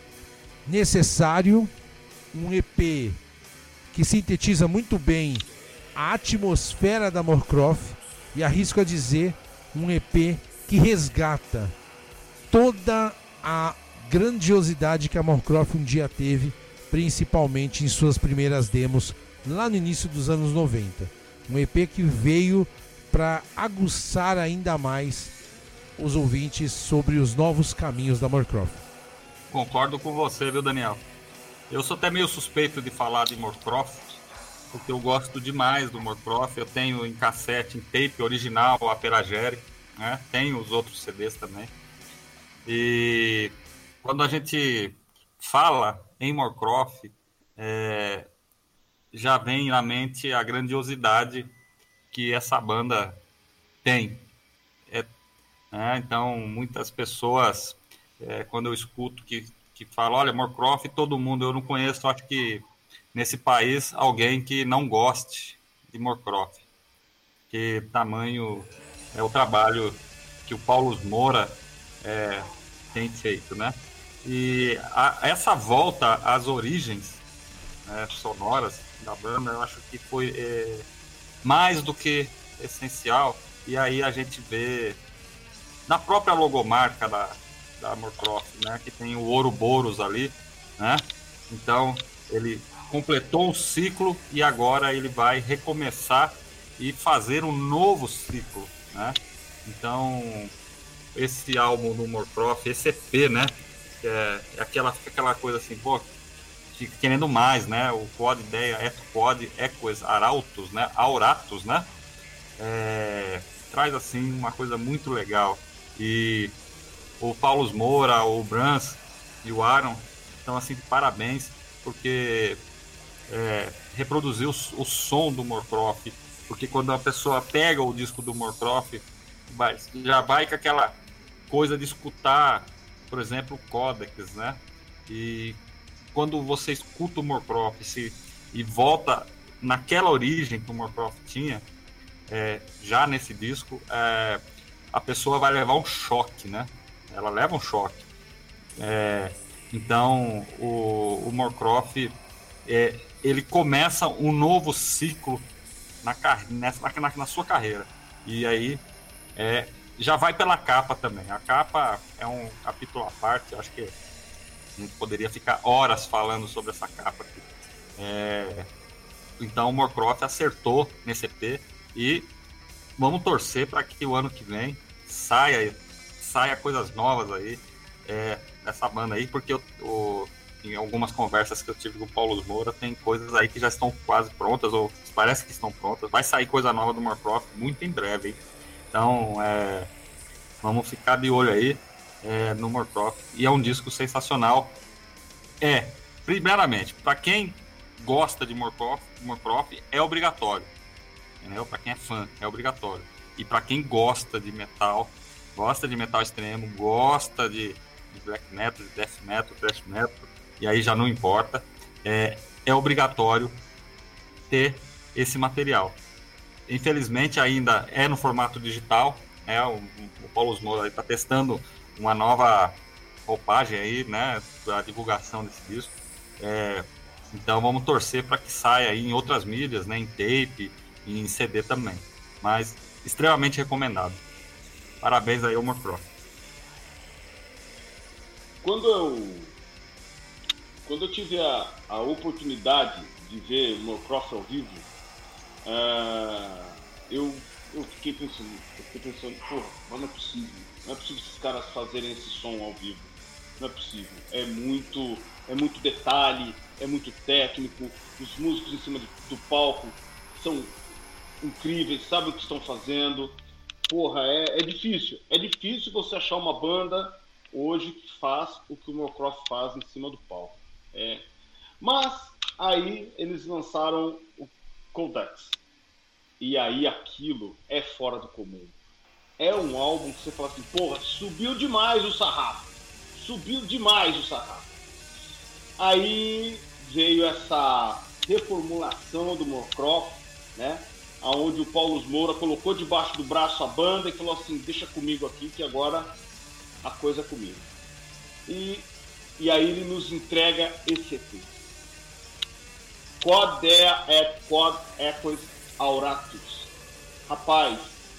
necessário, um E P que sintetiza muito bem a atmosfera da Moorcroft e, arrisco a dizer, um E P que resgata toda a grandiosidade que a Moorcroft um dia teve, principalmente em suas primeiras demos lá no início dos anos noventa. Um E P que veio para aguçar ainda mais os ouvintes sobre os novos caminhos da Moorcroft. Concordo com você, viu, Daniel? Eu sou até meio suspeito de falar de Moorcroft, porque eu gosto demais do Moorcroft. Eu tenho em cassete, em tape original, a Peragere, né? Tenho os outros C Ds também. E quando a gente fala em Moorcroft, é, já vem na mente a grandiosidade que essa banda tem. É, é, então, muitas pessoas, é, quando eu escuto que, que falam, olha, Moorcroft, todo mundo, eu não conheço, acho que nesse país, alguém que não goste de Moorcroft. Que tamanho é o trabalho que o Paulo Moura é, tem feito, né? E a, essa volta às origens, né, sonoras da banda, eu acho que foi é, mais do que essencial. E aí a gente vê na própria logomarca da, da Moorcroft, né, que tem o Ouroboros ali, né? Então ele completou um ciclo e agora ele vai recomeçar e fazer um novo ciclo, né? Então esse álbum do Moorcroft, esse E P, né, que é, é aquela, aquela coisa assim, pô, fica querendo mais, né? O Quad Ideia, Ethquad, Equus, Arautos, né? Auratus, né? É, traz assim uma coisa muito legal. E o Paulo Moura, o Brans e o Aaron estão assim de parabéns, porque é, reproduziu o, o som do Moorcroft, porque quando a pessoa pega o disco do Moorcroft, vai, já vai com aquela coisa de escutar, por exemplo, o Codex, né? E quando você escuta o Moorcroft se, e volta naquela origem que o Moorcroft tinha, é, já nesse disco, é, a pessoa vai levar um choque, né? Ela leva um choque. É, então, o, o Moorcroft, é, ele começa um novo ciclo na, nessa, na, na sua carreira. E aí, é, já vai pela capa também. A capa é um capítulo à parte, eu acho que a gente poderia ficar horas falando sobre essa capa aqui. É, então o Moorcroft acertou nesse E P e vamos torcer para que o ano que vem saia, saia coisas novas aí, é, dessa banda aí, porque eu, o, em algumas conversas que eu tive com o Paulo Moura, tem coisas aí que já estão quase prontas, ou parece que estão prontas. Vai sair coisa nova do Moorcroft muito em breve, hein? Então é, vamos ficar de olho aí. É, no Moorcroft, e é um disco sensacional. É, primeiramente, para quem gosta de Moorcroft, Moorcroft é obrigatório, entendeu? Para quem é fã, é obrigatório. E para quem gosta de metal, gosta de metal extremo, gosta de, de black metal, de death metal, thrash metal, e aí já não importa, é, é obrigatório ter esse material. Infelizmente ainda é no formato digital, né? O, o Paulo Moura está testando uma nova roupagem aí, né, da divulgação desse disco. É, então vamos torcer para que saia aí em outras mídias, né, em tape e em C D também. Mas extremamente recomendado. Parabéns aí ao Moorcroft. Quando eu quando eu tive a, a oportunidade de ver Moorcroft ao vivo, uh, eu eu fiquei pensando, eu fiquei pensando, pô, não é possível. Não é possível esses caras fazerem esse som ao vivo. Não é possível. É muito, é muito detalhe, é muito técnico. Os músicos em cima do, do palco são incríveis, sabem o que estão fazendo. Porra, é, é difícil. É difícil você achar uma banda hoje que faz o que o Moorcroft faz em cima do palco. É. Mas aí eles lançaram o Codex. E aí aquilo é fora do comum. É um álbum que você fala assim, porra, subiu demais o sarrafo. Subiu demais o sarrafo. Aí veio essa reformulação do Moorcroft, né? Onde o Paulo Moura colocou debaixo do braço a banda e falou assim, deixa comigo aqui que agora a coisa é comigo. E, e aí ele nos entrega esse E P. Quod Dea et Quod Equus Auratus. Rapaz,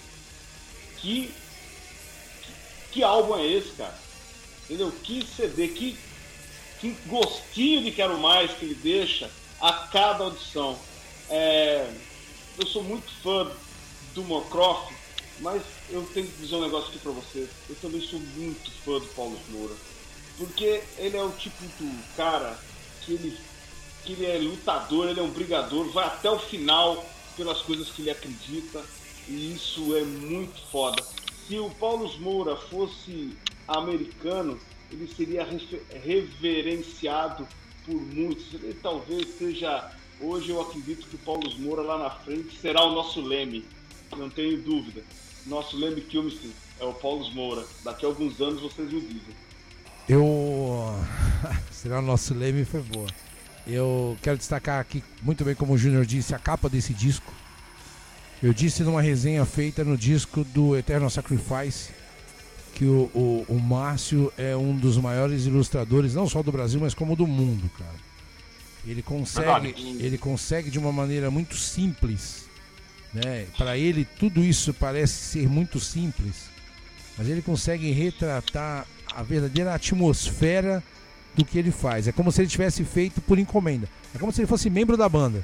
que, que, que álbum é esse, cara? Entendeu? Que C D, que, que gostinho de quero mais que ele deixa a cada audição. É, eu sou muito fã do Moorcroft, mas eu tenho que dizer um negócio aqui pra vocês. Eu também sou muito fã do Paulo Moura. Porque ele é o tipo do cara que ele, que ele é lutador, ele é um brigador, vai até o final pelas coisas que ele acredita. E isso é muito foda. Se o Paulo Moura fosse americano, ele seria refer- reverenciado por muitos. Ele talvez seja... Hoje eu acredito que o Paulo Moura lá na frente será o nosso leme. Não tenho dúvida. Nosso leme Kilmister é o Paulo Moura. Daqui a alguns anos vocês me dizem. Eu... será o nosso leme, foi boa. Eu quero destacar aqui, muito bem como o Júnior disse, a capa desse disco. Eu disse numa resenha feita no disco do Eternal Sacrifice que o, o, o Márcio é um dos maiores ilustradores, não só do Brasil, mas como do mundo, cara. Ele consegue, ele consegue de uma maneira muito simples, né? Para ele tudo isso parece ser muito simples, mas ele consegue retratar a verdadeira atmosfera do que ele faz. É como se ele tivesse feito por encomenda. É como se ele fosse membro da banda,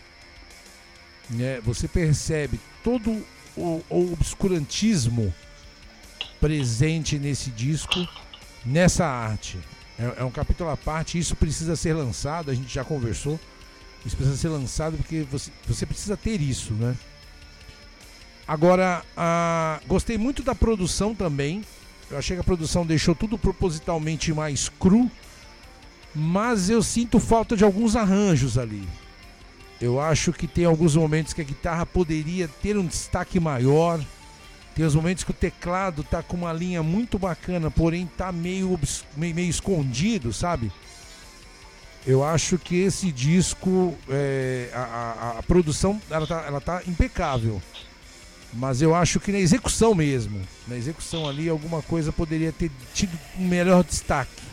né? Você percebe todo o, o obscurantismo presente nesse disco, nessa arte. É, é um capítulo à parte. Isso precisa ser lançado. A gente já conversou. Isso precisa ser lançado porque você, você precisa ter isso, né? Agora, a, gostei muito da produção também. Eu achei que a produção deixou tudo propositalmente mais cru, mas eu sinto falta de alguns arranjos ali. Eu acho que tem alguns momentos que a guitarra poderia ter um destaque maior. Tem os momentos que o teclado tá com uma linha muito bacana, porém tá meio, meio, meio escondido, sabe? Eu acho que esse disco, é, a, a, a produção, ela tá, ela tá impecável. Mas eu acho que na execução mesmo, na execução ali, alguma coisa poderia ter tido um melhor destaque.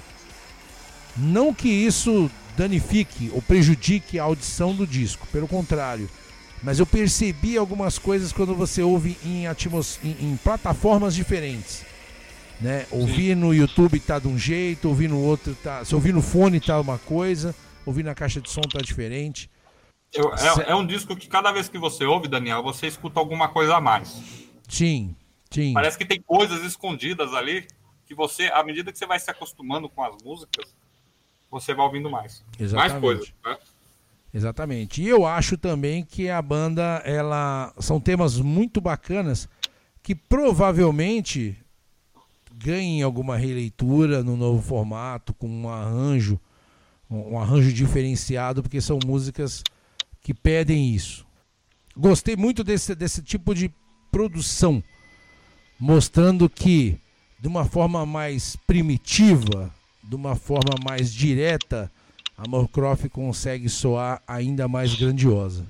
Não que isso danifique ou prejudique a audição do disco, pelo contrário. Mas eu percebi algumas coisas quando você ouve em, atmos... em, em plataformas diferentes, né? Ouvir no YouTube tá de um jeito, ouvir no outro tá... Se ouvir no fone tá uma coisa, ouvir na caixa de som tá diferente. Eu, é, é um disco que cada vez que você ouve, Daniel, você escuta alguma coisa a mais. Sim, sim. Parece que tem coisas escondidas ali que você, à medida que você vai se acostumando com as músicas, você vai ouvindo mais. Exatamente. Mais coisas, né? Exatamente. E eu acho também que a banda, ela são temas muito bacanas que provavelmente ganhem alguma releitura no novo formato, com um arranjo, um arranjo diferenciado, porque são músicas que pedem isso. Gostei muito desse, desse tipo de produção, mostrando que de uma forma mais primitiva, de uma forma mais direta, a Moorcroft consegue soar ainda mais grandiosa.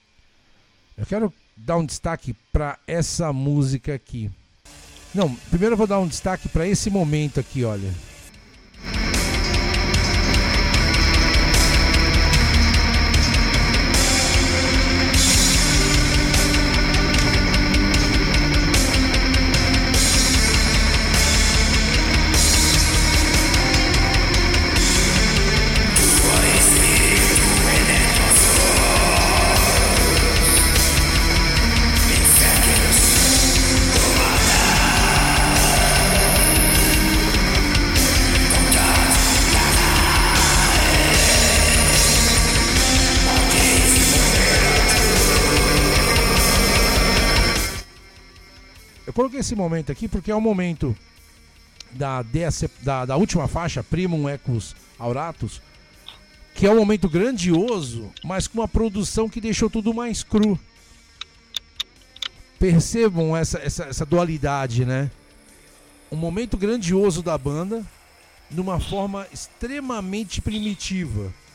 Eu quero dar um destaque para essa música aqui. Não, primeiro eu vou dar um destaque para esse momento aqui, olha. Eu coloquei esse momento aqui porque é o momento da, da, da última faixa, Primum Equus Auratus, que é um momento grandioso, mas com uma produção que deixou tudo mais cru. Percebam essa, essa, essa dualidade, né? Um momento grandioso da banda, numa forma extremamente primitiva.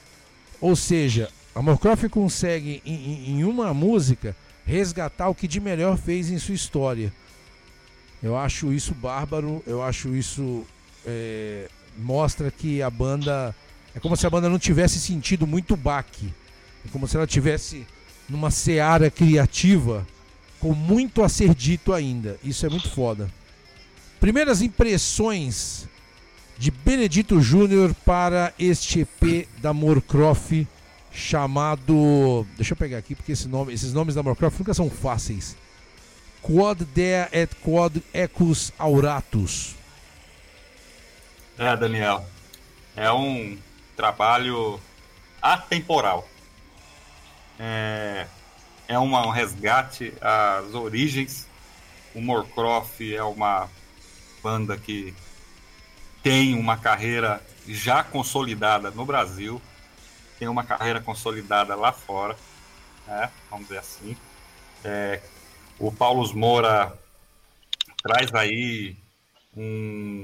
Ou seja, a Moorcroft consegue em, em uma música resgatar o que de melhor fez em sua história. Eu acho isso bárbaro, eu acho isso é, mostra que a banda é como se a banda não tivesse sentido muito baque, é como se ela tivesse numa seara criativa com muito a ser dito ainda. Isso é muito foda. Primeiras impressões de Benedito Júnior para este E P da Moorcroft chamado... Deixa eu pegar aqui porque esse nome, esses nomes da Moorcroft nunca são fáceis. Quod Dea et Quod Equus Auratus. É, Daniel, é um trabalho atemporal. É, é uma, um resgate às origens. O Moorcroft é uma banda que tem uma carreira já consolidada no Brasil, tem uma carreira consolidada lá fora, né? Vamos dizer assim. É, o Paulo Moura traz aí um,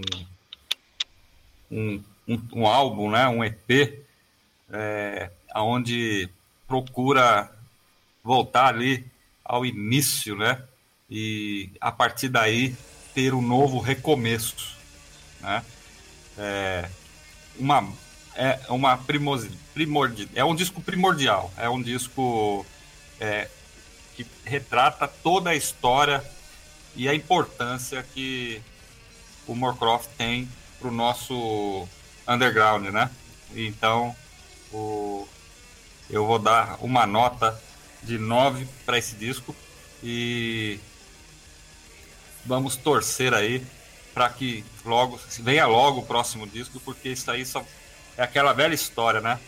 um, um, um álbum, né? Um E P, é, onde procura voltar ali ao início, né? E a partir daí ter um novo recomeço, né? É uma é uma primordial, é um disco primordial, é um disco é, que retrata toda a história e a importância que o Moorcroft tem para o nosso underground, né? Então, o, eu vou dar uma nota de nove para esse disco e vamos torcer aí para que logo venha logo o próximo disco, porque isso aí só é aquela velha história, né?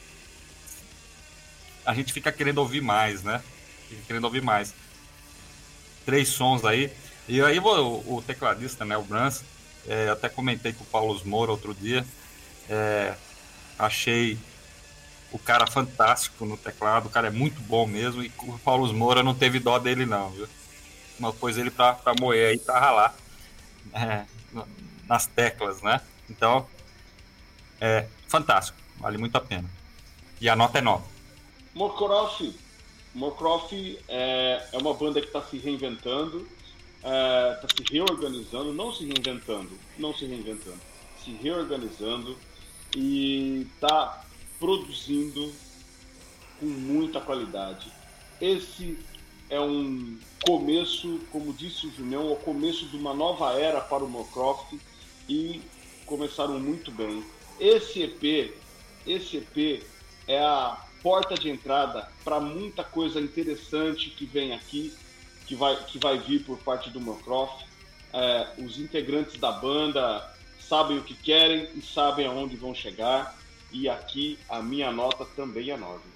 A gente fica querendo ouvir mais, né? Fica querendo ouvir mais. Três sons aí. E aí o, o tecladista, né, o Brans, é, eu até comentei com o Paulo Moura outro dia, é, achei o cara fantástico no teclado, o cara é muito bom mesmo, e o Paulo Moura não teve dó dele não, viu? Mas pôs ele pra, pra moer aí, pra ralar é, nas teclas, né? Então, é fantástico, vale muito a pena. E a nota é nove. Moorcroft, Moorcroft é, é uma banda que está se reinventando, está é, se reorganizando, não se reinventando, não se reinventando, se reorganizando e está produzindo com muita qualidade. Esse é um começo, como disse o Junião, é o começo de uma nova era para o Moorcroft e começaram muito bem. Esse E P, esse E P é a porta de entrada para muita coisa interessante que vem aqui, que vai, que vai vir por parte do Moorcroft. É, os integrantes da banda sabem o que querem e sabem aonde vão chegar, e aqui a minha nota também é nove.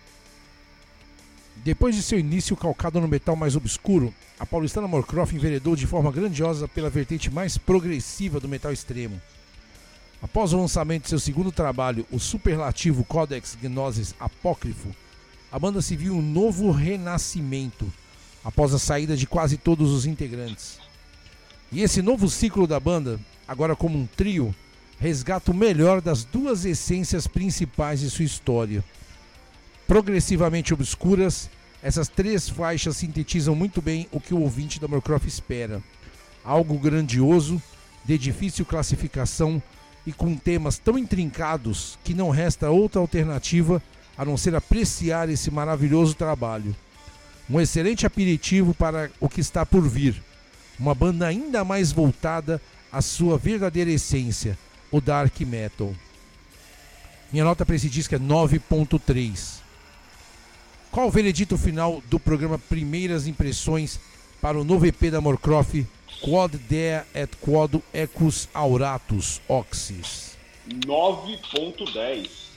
Depois de seu início calcado no metal mais obscuro, a paulistana Moorcroft enveredou de forma grandiosa pela vertente mais progressiva do metal extremo. Após o lançamento de seu segundo trabalho, o superlativo Codex Gnosis Apócrifo, a banda se viu um novo renascimento após a saída de quase todos os integrantes. E esse novo ciclo da banda, agora como um trio, resgata o melhor das duas essências principais de sua história. Progressivamente obscuras, essas três faixas sintetizam muito bem o que o ouvinte da Moorcroft espera. Algo grandioso, de difícil classificação e com temas tão intrincados que não resta outra alternativa a não ser apreciar esse maravilhoso trabalho. Um excelente aperitivo para o que está por vir. Uma banda ainda mais voltada à sua verdadeira essência, o Dark Metal. Minha nota para esse disco é nove ponto três. Qual o veredito final do programa Primeiras Impressões para o novo E P da Moorcroft, Quod Dea et Quod Equus Auratus Oxys? nove ponto dez.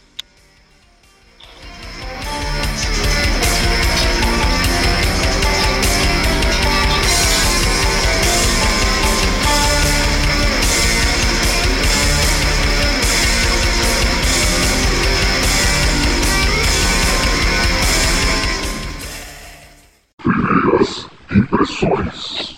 Primeiras impressões.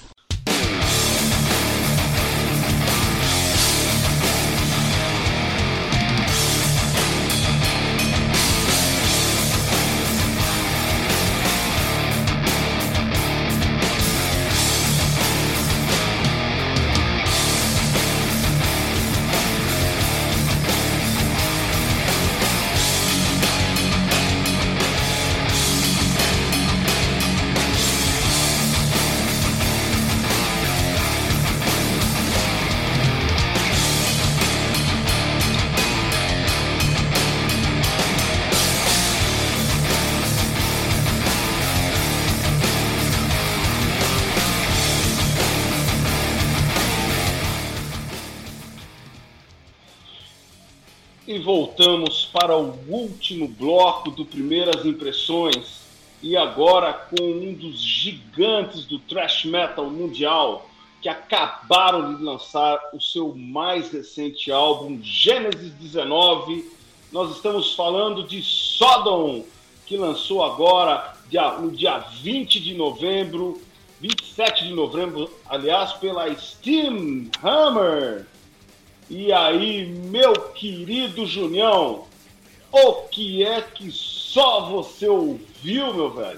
E voltamos para o último bloco do Primeiras Impressões. E agora com um dos gigantes do thrash metal mundial, que acabaram de lançar o seu mais recente álbum, Gênesis dezenove. Nós estamos falando de Sodom, que lançou agora dia, no dia vinte de novembro, vinte e sete de novembro, aliás, pela Steam Hammer. E aí, meu querido Junião, o que é que só você ouviu, meu velho?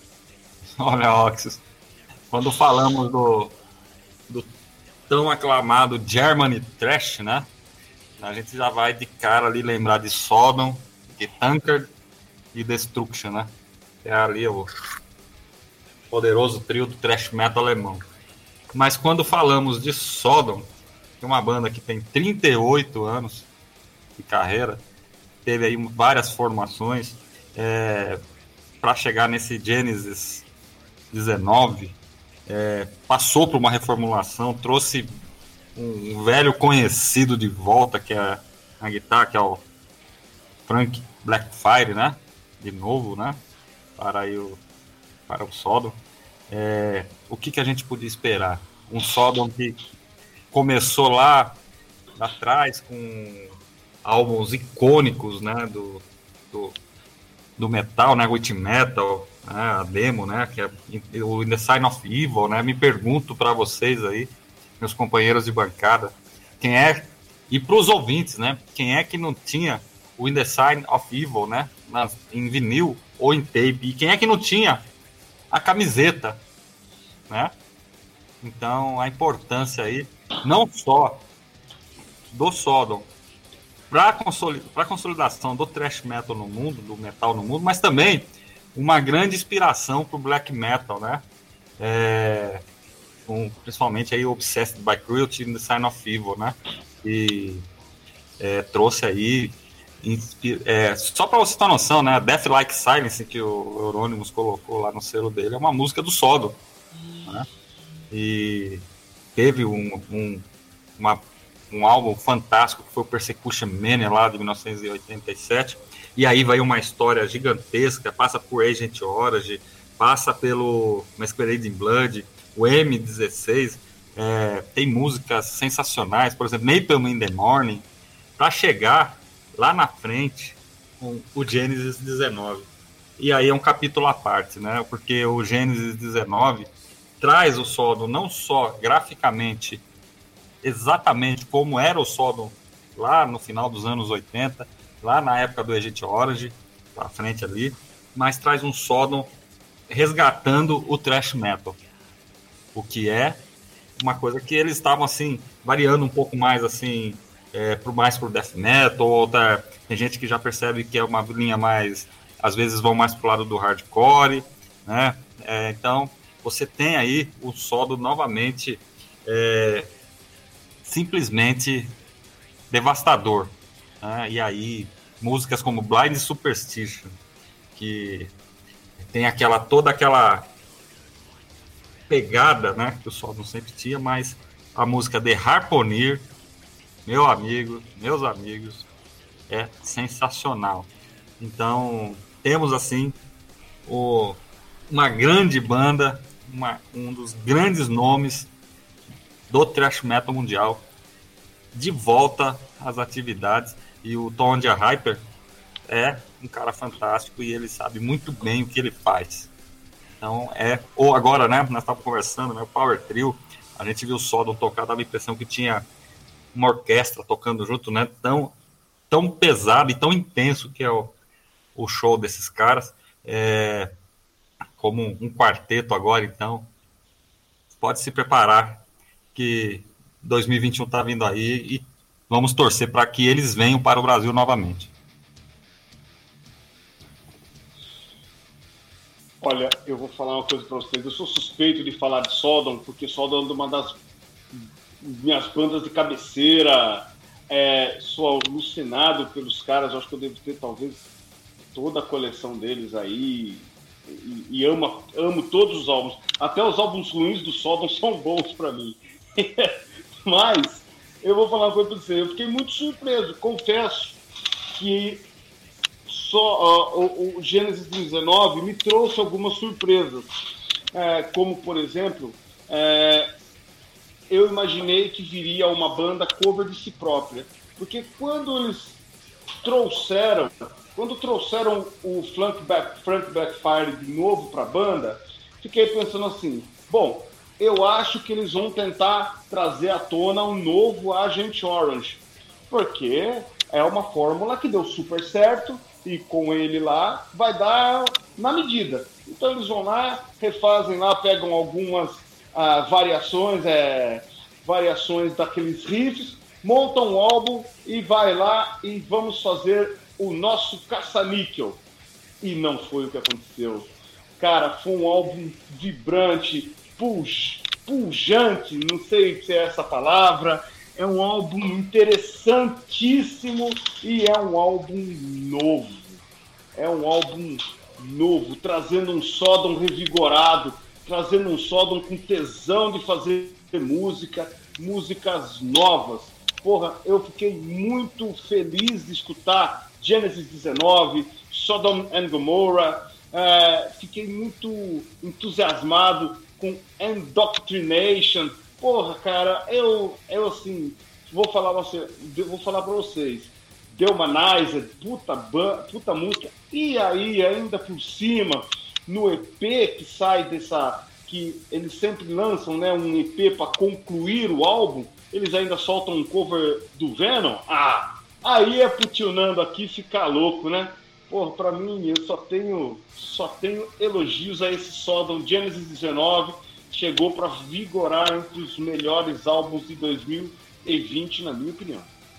Olha, Oxys, quando falamos do, do tão aclamado Germany Thrash, né? A gente já vai de cara ali lembrar de Sodom, de Tankard e Destruction, né? É ali o poderoso trio do thrash metal alemão. Mas quando falamos de Sodom, que é uma banda que tem trinta e oito anos de carreira, teve aí várias formações, é, para chegar nesse Genesis dezenove, é, passou por uma reformulação, trouxe um, um velho conhecido de volta, que é a guitarra, que é o Frank Blackfire, né? De novo, né? Para, aí o, para o Sodom. É, o que, que a gente podia esperar? Um Sodom que começou lá atrás com álbuns icônicos, né, do, do, do metal, né, Witch Metal, né, a demo, né, que é o In the Sign of Evil, né. Me pergunto para vocês aí, meus companheiros de bancada, quem é, e para os ouvintes, né, quem é que não tinha o In the Sign of Evil, né, na, em vinil ou em tape, e quem é que não tinha a camiseta, né? Então, a importância aí, não só do Sodom para a consolidação do thrash metal no mundo, do metal no mundo, mas também uma grande inspiração para o black metal, né? É, com, principalmente aí Obsessed by Cruelty and the Sign of Evil, né? E é, trouxe aí, inspira, é, só para você ter uma noção, né? Death Like Silence, que o Euronymous colocou lá no selo dele, é uma música do Sodom, né? E teve um, um, uma, um álbum fantástico que foi o Persecution Mania lá de mil novecentos e oitenta e sete, e aí vai uma história gigantesca, passa por Agent Orange, passa pelo Masquerade in Blood, o M dezesseis, é, tem músicas sensacionais, por exemplo, Napalm in the Morning, para chegar lá na frente com o Genesis dezenove. E aí é um capítulo à parte, né? Porque o Genesis dezenove traz o Sodom não só graficamente exatamente como era o Sodom lá no final dos anos oitenta, lá na época do Agent Orange, pra frente ali, mas traz um Sodom resgatando o thrash metal, o que é uma coisa que eles estavam assim variando um pouco mais assim, é, pro, mais pro death metal, ou tá, tem gente que já percebe que é uma linha mais, às vezes vão mais pro lado do hardcore, né? É, então você tem aí o Sodom novamente é, simplesmente devastador, né? E aí músicas como Blind Superstition, que tem aquela toda aquela pegada, né, que o Sodom sempre tinha, mas a música The Harpooner, meu amigo, meus amigos, é sensacional. Então temos assim o, uma grande banda, uma, um dos grandes nomes do thrash metal mundial de volta às atividades, e o Tom de Hyper é um cara fantástico e ele sabe muito bem o que ele faz. Então é, ou agora, né, nós estávamos conversando, né, o Power Trio, a gente viu o Sodom tocar, dava a impressão que tinha uma orquestra tocando junto, né, tão, tão pesado e tão intenso que é o, o show desses caras, é, como um, um quarteto agora. Então pode se preparar que dois mil e vinte e um está vindo aí e vamos torcer para que eles venham para o Brasil novamente. Olha, eu vou falar uma coisa para vocês. Eu sou suspeito de falar de Sodom, porque Sodom é uma das minhas bandas de cabeceira. É, sou alucinado pelos caras. Eu acho que eu devo ter talvez toda a coleção deles aí. E, e amo, amo todos os álbuns. Até os álbuns ruins do Sodom são bons para mim. Mas eu vou falar uma coisa para você. Eu fiquei muito surpreso, confesso. que só uh, o, o Genesis dezenove me trouxe algumas surpresas, é, como por exemplo, é, eu imaginei que viria uma banda cover de si própria, porque quando eles trouxeram, quando trouxeram o Frank, Back, Frank Blackfire de novo para a banda, fiquei pensando assim, bom, eu acho que eles vão tentar trazer à tona um novo Agent Orange, porque é uma fórmula que deu super certo e com ele lá vai dar na medida. Então eles vão lá, refazem lá, pegam algumas ah, variações, é, variações daqueles riffs, montam um álbum e vai lá e vamos fazer o nosso caça-níquel. E não foi o que aconteceu. Cara, foi um álbum vibrante, puj, pujante, não sei se é essa palavra. É um álbum interessantíssimo e é um álbum novo. É um álbum novo, trazendo um Sodom revigorado, trazendo um Sodom com tesão de fazer música, músicas novas. Porra, eu fiquei muito feliz de escutar Genesis dezenove, Sodom and Gomorrah. É, fiquei muito entusiasmado com Indoctrination. Porra, cara, eu, eu assim, vou falar, você, vou falar pra vocês. Delmanizer, puta, puta música. E aí, ainda por cima, no E P que sai dessa... que eles sempre lançam, né, um E P para concluir o álbum, eles ainda soltam um cover do Venom. Ah, aí é pro tio Nando aqui ficar louco, né? Porra, pra mim, eu só tenho, só tenho elogios a esse Sodom. Genesis dezenove chegou para vigorar entre os melhores álbuns de dois mil e vinte, na minha opinião.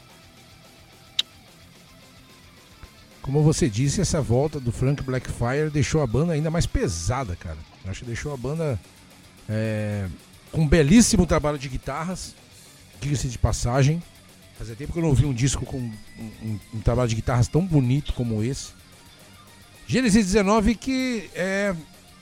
Como você disse, essa volta do Frank Blackfire deixou a banda ainda mais pesada, cara. Acho que deixou a banda é, com um belíssimo trabalho de guitarras, diga-se de passagem. Fazia tempo que eu não vi um disco com um, um, um trabalho de guitarras tão bonito como esse. Genesis dezenove, que é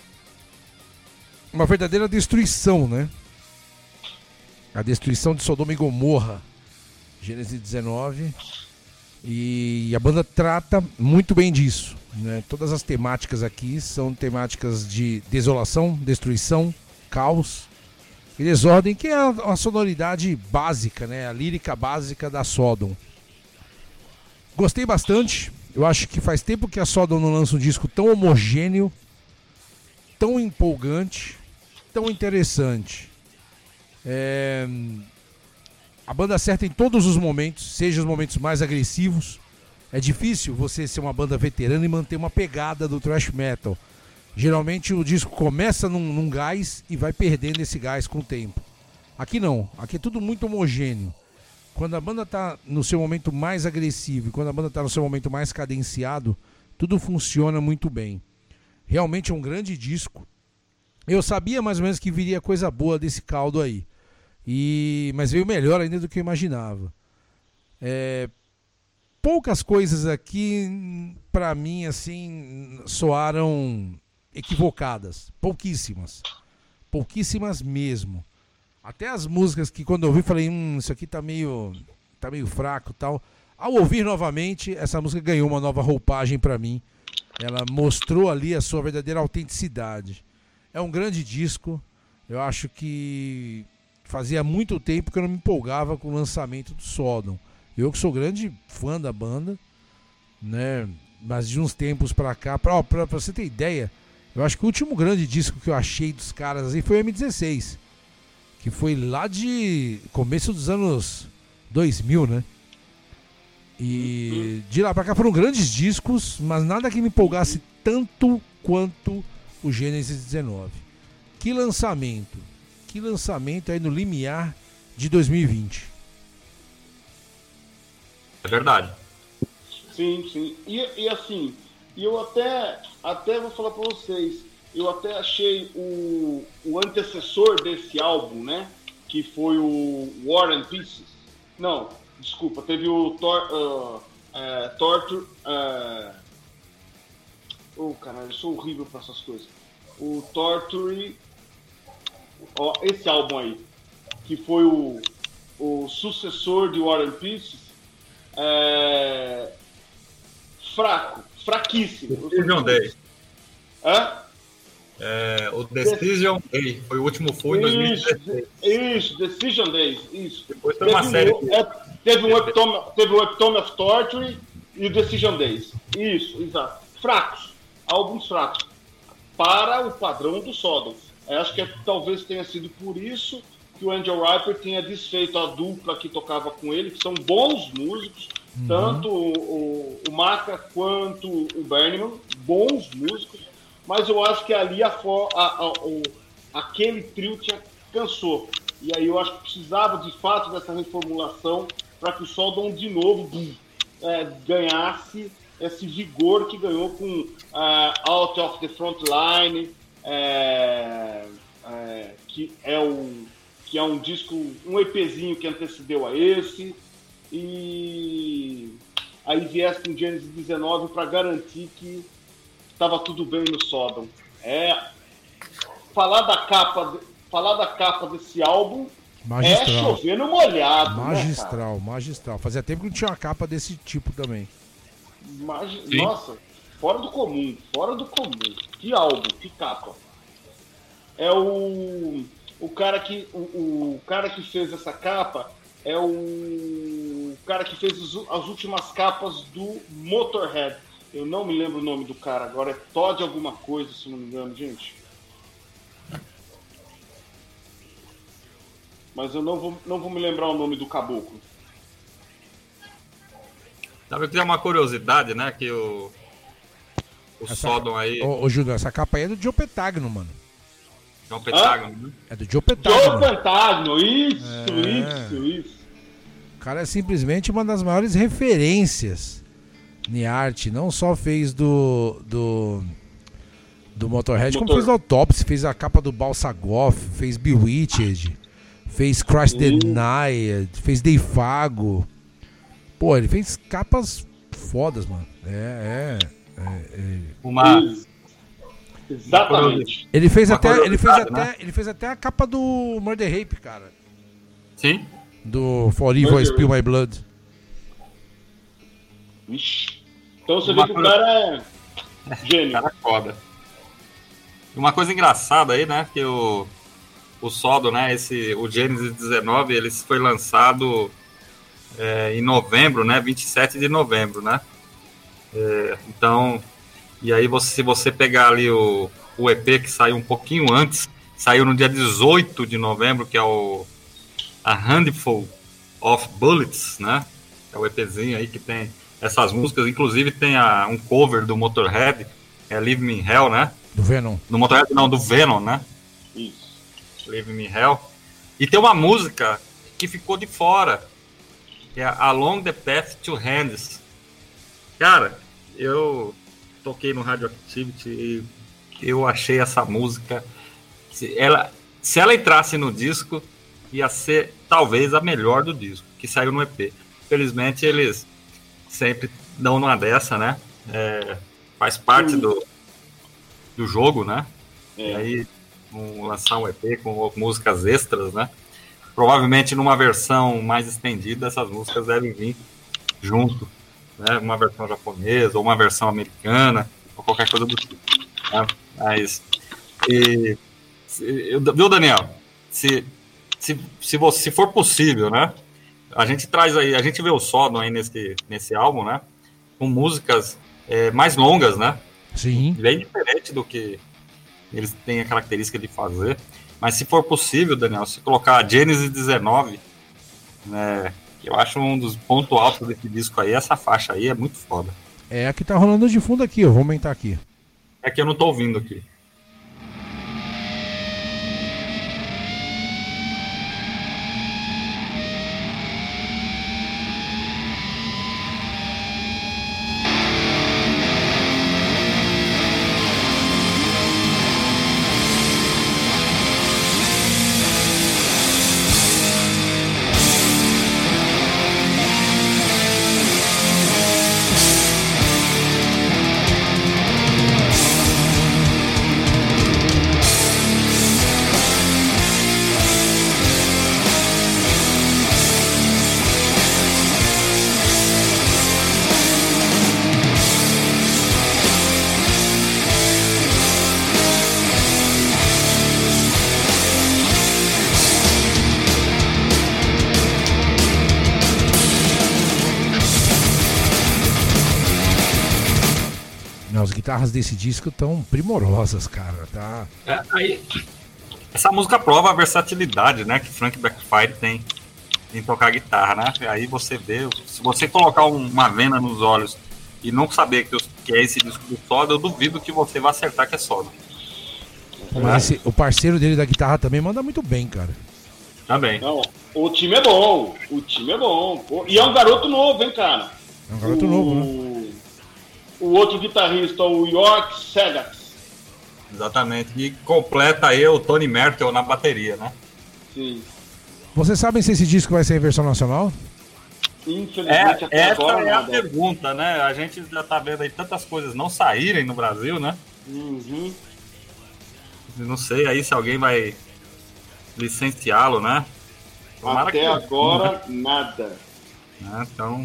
uma verdadeira destruição, né? A destruição de Sodoma e Gomorra. Genesis dezenove. E a banda trata muito bem disso, né? Todas as temáticas aqui são temáticas de desolação, destruição, caos e desordem, que é a, a sonoridade básica, né? A lírica básica da Sodom. Gostei bastante. Eu acho que faz tempo que a Sodom não lança um disco tão homogêneo, tão empolgante, tão interessante. É... A banda acerta em todos os momentos, seja os momentos mais agressivos. É difícil você ser uma banda veterana e manter uma pegada do thrash metal. Geralmente o disco começa num, num gás e vai perdendo esse gás com o tempo. Aqui não, aqui é tudo muito homogêneo. Quando a banda está no seu momento mais agressivo e quando a banda está no seu momento mais cadenciado, tudo funciona muito bem. Realmente é um grande disco. Eu sabia mais ou menos que viria coisa boa desse caldo aí. E, mas veio melhor ainda do que eu imaginava. É, poucas coisas aqui, pra mim, assim, soaram equivocadas. Pouquíssimas. Pouquíssimas mesmo. Até as músicas que quando eu ouvi, falei, hum, isso aqui tá meio, tá meio fraco e tal. Ao ouvir novamente, essa música ganhou uma nova roupagem pra mim. Ela mostrou ali a sua verdadeira autenticidade. É um grande disco. Eu acho que fazia muito tempo que eu não me empolgava com o lançamento do Sodom. Eu que sou grande fã da banda, né? Mas de uns tempos pra cá, pra, pra, pra você ter ideia, eu acho que o último grande disco que eu achei dos caras aí foi o M dezesseis, que foi lá de começo dos anos dois mil, né? E de lá pra cá foram grandes discos, mas nada que me empolgasse tanto quanto o Genesis dezenove. Que lançamento! Que lançamento aí no limiar de dois mil e vinte. É verdade. Sim, sim. E, e assim, eu até, até vou falar para vocês, eu até achei o, o antecessor desse álbum, né? Que foi o War and Pieces. Não, desculpa, teve o Tor, uh, uh, Torture. Uh... Oh, caralho, eu sou horrível para essas coisas. O Torture. Ó, esse álbum aí, que foi o, o sucessor de War and Pieces, é, fraco, fraquíssimo. Decision Day. Hã? É, o Decision Day foi o último foi em dois mil e dezesseis. Isso, Decision Days, isso. Depois tem uma série. Um, é, teve, um Epitome, teve o Epitome of Torture e o Decision Days. Isso, exato. Fracos, álbuns fracos. Para o padrão do Sodom. Eu acho que é, talvez tenha sido por isso que o Angel Riper tenha desfeito a dupla que tocava com ele, que são bons músicos, uhum. tanto o, o, o Maca quanto o Berniman, bons músicos. Mas eu acho que ali a, a, a, o, aquele trio tinha, cansou. E aí eu acho que precisava de fato dessa reformulação para que o Sodom de novo bum, é, ganhasse esse vigor que ganhou com uh, Out of the Frontline, é, é, que, é o, que é um disco, um EPzinho que antecedeu a esse. E aí viesse com Genesis dezenove para garantir que estava tudo bem no Sodom. É, falar da capa, falar da capa desse álbum magistral. É chover no molhado. Magistral, né, magistral. Fazia tempo que não tinha uma capa desse tipo também. Magi... Nossa, fora do comum, fora do comum. Que álbum, que capa. É o o cara que o, o cara que fez essa capa é o, o cara que fez as últimas capas do Motorhead. Eu não me lembro o nome do cara agora, é Todd alguma coisa, se não me engano, gente. Mas eu não vou, não vou me lembrar o nome do caboclo. Sabe que tem uma curiosidade, né? Que o, o essa, Sodom aí... Ô, ô Júlio, essa capa aí é do Joe Petagno, mano. Joe Petagno, né? É do Joe Petagno. Joe Petagno, isso, é. isso, isso. O cara é simplesmente uma das maiores referências em arte. Não só fez do... do... do Motorhead, Motor. como fez do Autopsy, fez a capa do Balsa Goth, fez Bewitched, fez Crash the Night, fez Deifago. Pô, ele fez capas fodas, mano. É, é, é, é. Uma... Exatamente. Ele fez Uma até, ele fez até, né? ele fez até a capa do Murder Rape, cara. Sim. Do For Evil I Spill My Blood. Ixi. Então você Uma vê que coisa... o cara é gênio. Cara foda. Uma coisa engraçada aí, né, que o o Sodom, né, esse, o Genesis dezenove, ele foi lançado é, em novembro, né, vinte e sete de novembro, né, é, então, e aí você, se você pegar ali o, o E P que saiu um pouquinho antes, saiu no dia dezoito de novembro, que é o A Handful of Bullets, né, é o EPzinho aí que tem essas músicas, inclusive tem a, um cover do Motorhead, é Leave Me in Hell, né, do Venom. Do Motorhead, não, do Venom, né? Isso. Leave Me Hell. E tem uma música que ficou de fora, que é Along the Path to Hands. Cara, eu toquei no Radioactivity e eu achei essa música, se ela, se ela entrasse no disco, ia ser talvez a melhor do disco, que saiu no E P. Infelizmente, eles sempre dão uma dessa, né? É, faz parte do, do jogo, né? É. E aí um, lançar um E P com músicas extras, né? Provavelmente numa versão mais estendida essas músicas devem vir junto, né? Uma versão japonesa ou uma versão americana ou qualquer coisa do tipo, né? Mas e, se, eu, viu, Daniel? Se, se, se, você, se for possível, né? A gente traz aí, a gente vê o Sodom aí nesse, nesse álbum, né? Com músicas é, mais longas, né? Sim. Bem diferente do que eles têm a característica de fazer. Mas se for possível, Daniel, se colocar a Genesis dezenove, né, eu acho um dos pontos altos desse disco aí, essa faixa aí é muito foda. É a que tá rolando de fundo aqui, eu vou aumentar aqui. É que eu não tô ouvindo aqui. as guitarras desse disco estão primorosas, cara, tá? É, aí, essa música prova a versatilidade, né, que Frank Blackfire tem em tocar guitarra, né? Aí você vê, se você colocar um, uma venda nos olhos e não saber que, os, que é esse disco do Soda, eu duvido que você vai acertar que é Soda. Mas esse, o parceiro dele da guitarra também manda muito bem, cara. Também. Não, o time é bom, o time é bom. Pô. E é um garoto novo, hein, cara? É um garoto o, novo, né? O outro guitarrista, o York Segax. Exatamente. E completa aí o Tony Merkel na bateria, né? Sim. Vocês sabem se esse disco vai ser em versão nacional? Infelizmente, É, até essa agora é a nada. pergunta, né? A gente já tá vendo aí tantas coisas não saírem no Brasil, né? Uhum. Não sei aí se alguém vai licenciá-lo, né? Tomara Até que- agora, nada. né? Então,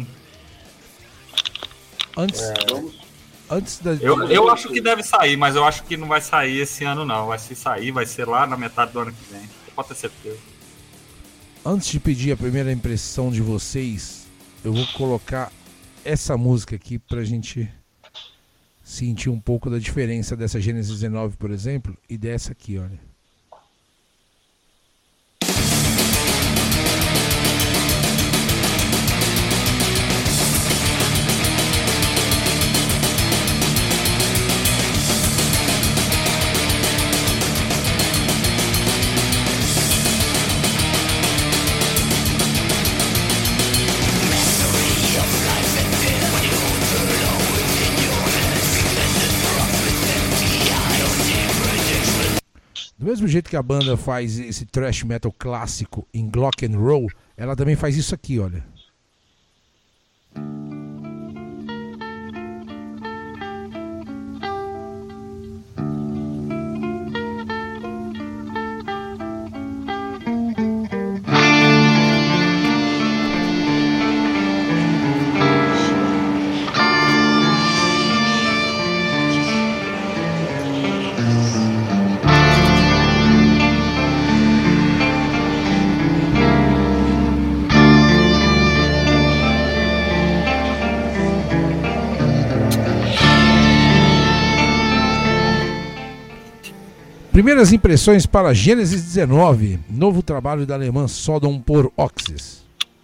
Antes, Vamos. antes da. eu, eu acho que deve sair, mas eu acho que não vai sair esse ano, não. Vai se sair, vai ser lá na metade do ano que vem. Você pode ter certeza. Antes de pedir a primeira impressão de vocês, eu vou colocar essa música aqui pra gente sentir um pouco da diferença dessa Gênesis dezenove, por exemplo, e dessa aqui, olha. Do mesmo jeito que a banda faz esse thrash metal clássico em Glock and Roll, ela também faz isso aqui, olha. Primeiras impressões para Gênesis dezenove, novo trabalho da alemã Sodom por Oxys.